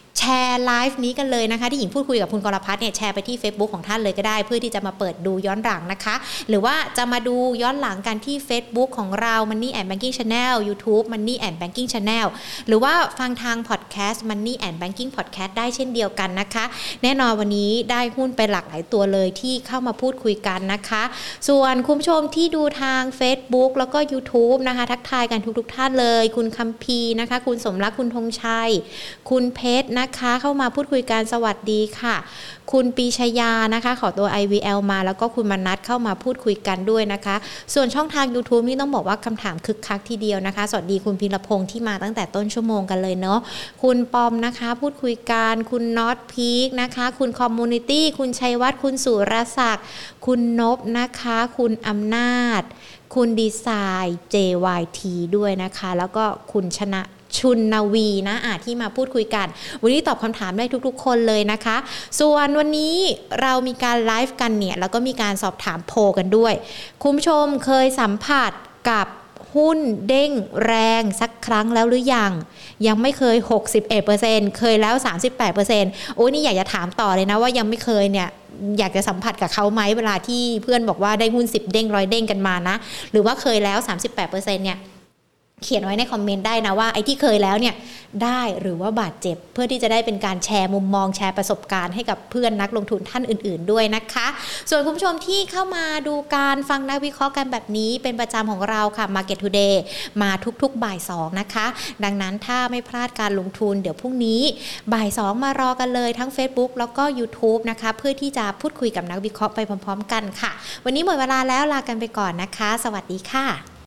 แชร์ไลฟ์นี้กันเลยนะคะที่หญิงพูดคุยกับคุณกรพัฒน์เนี่ยแชร์ไปที่ Facebook ของท่านเลยก็ได้เพื่อที่จะมาเปิดดูย้อนหลังนะคะหรือว่าจะมาดูย้อนหลังกันที่ Facebook ของเรา Money and Banking Channel YouTube Money and Banking Channel หรือว่าฟังทาง Podcast Money and Banking Podcast ได้เช่นเดียวกันนะคะแน่นอนวันนี้ได้หุ้นไปหลากหลายตัวเลยที่เข้ามาพูดคุยกันนะคะส่วนคุณผู้ชมที่ดูทาง Facebook แล้วก็ YouTube นะคะทักทายกันทุกท่านเลยคุณคัมพีร์นะคะคุณสมรักคุณธงชัยคุณเพชรนะคะเข้ามาพูดคุยกันสวัสดีค่ะคุณปีชยานะคะขอตัว IVL มาแล้วก็คุณมนัสเข้ามาพูดคุยกันด้วยนะคะส่วนช่องทาง YouTube นี่ต้องบอกว่าคำถามคึกคักทีเดียวนะคะสวัสดีคุณพีรพงษ์ที่มาตั้งแต่ต้นชั่วโมงกันเลยเนาะคุณปอมนะคะพูดคุยกันคุณน็อตพีคนะคะคุณคอมมูนิตี้คุณชัยวัฒน์คุณสุรศักดิ์คุณนพนะคะคุณอำนาจคุณดีไซน์ JYT ด้วยนะคะแล้วก็คุณชนะชุนนาวีนะที่มาพูดคุยกันวันนี้ตอบคำถามได้ทุกๆคนเลยนะคะส่วนวันนี้เรามีการไลฟ์กันเนี่ยแล้วก็มีการสอบถามโพลกันด้วยคุณผู้ชมเคยสัมผัสกับหุ้นเด้งแรงสักครั้งแล้วหรือยังไม่เคย 61% เคยแล้ว 38% โอ้ยนี่อยากจะถามต่อเลยนะว่ายังไม่เคยเนี่ยอยากจะสัมผัสกับเขาไหมเวลาที่เพื่อนบอกว่าได้หุ้น10เด้ง100เด้งกันมานะหรือว่าเคยแล้ว 38% เนี่ยเขียนไว้ในคอมเมนต์ได้นะว่าไอ้ที่เคยแล้วเนี่ยได้หรือว่าบาดเจ็บเพื่อที่จะได้เป็นการแชร์มุมมองแชร์ประสบการณ์ให้กับเพื่อนนักลงทุนท่านอื่นๆด้วยนะคะส่วนคุณผู้ชมที่เข้ามาดูการฟังนักวิเคราะห์กันแบบนี้เป็นประจำของเราค่ะ Market Today มาทุกๆบ่าย2นะคะดังนั้นถ้าไม่พลาดการลงทุนเดี๋ยวพรุ่งนี้บ่าย2มารอกันเลยทั้ง Facebook แล้วก็ YouTube นะคะเพื่อที่จะพูดคุยกับนักวิเคราะห์ไปพร้อมๆกันค่ะวันนี้หมดเวลาแล้วลากันไปก่อนนะคะสวัสดีค่ะ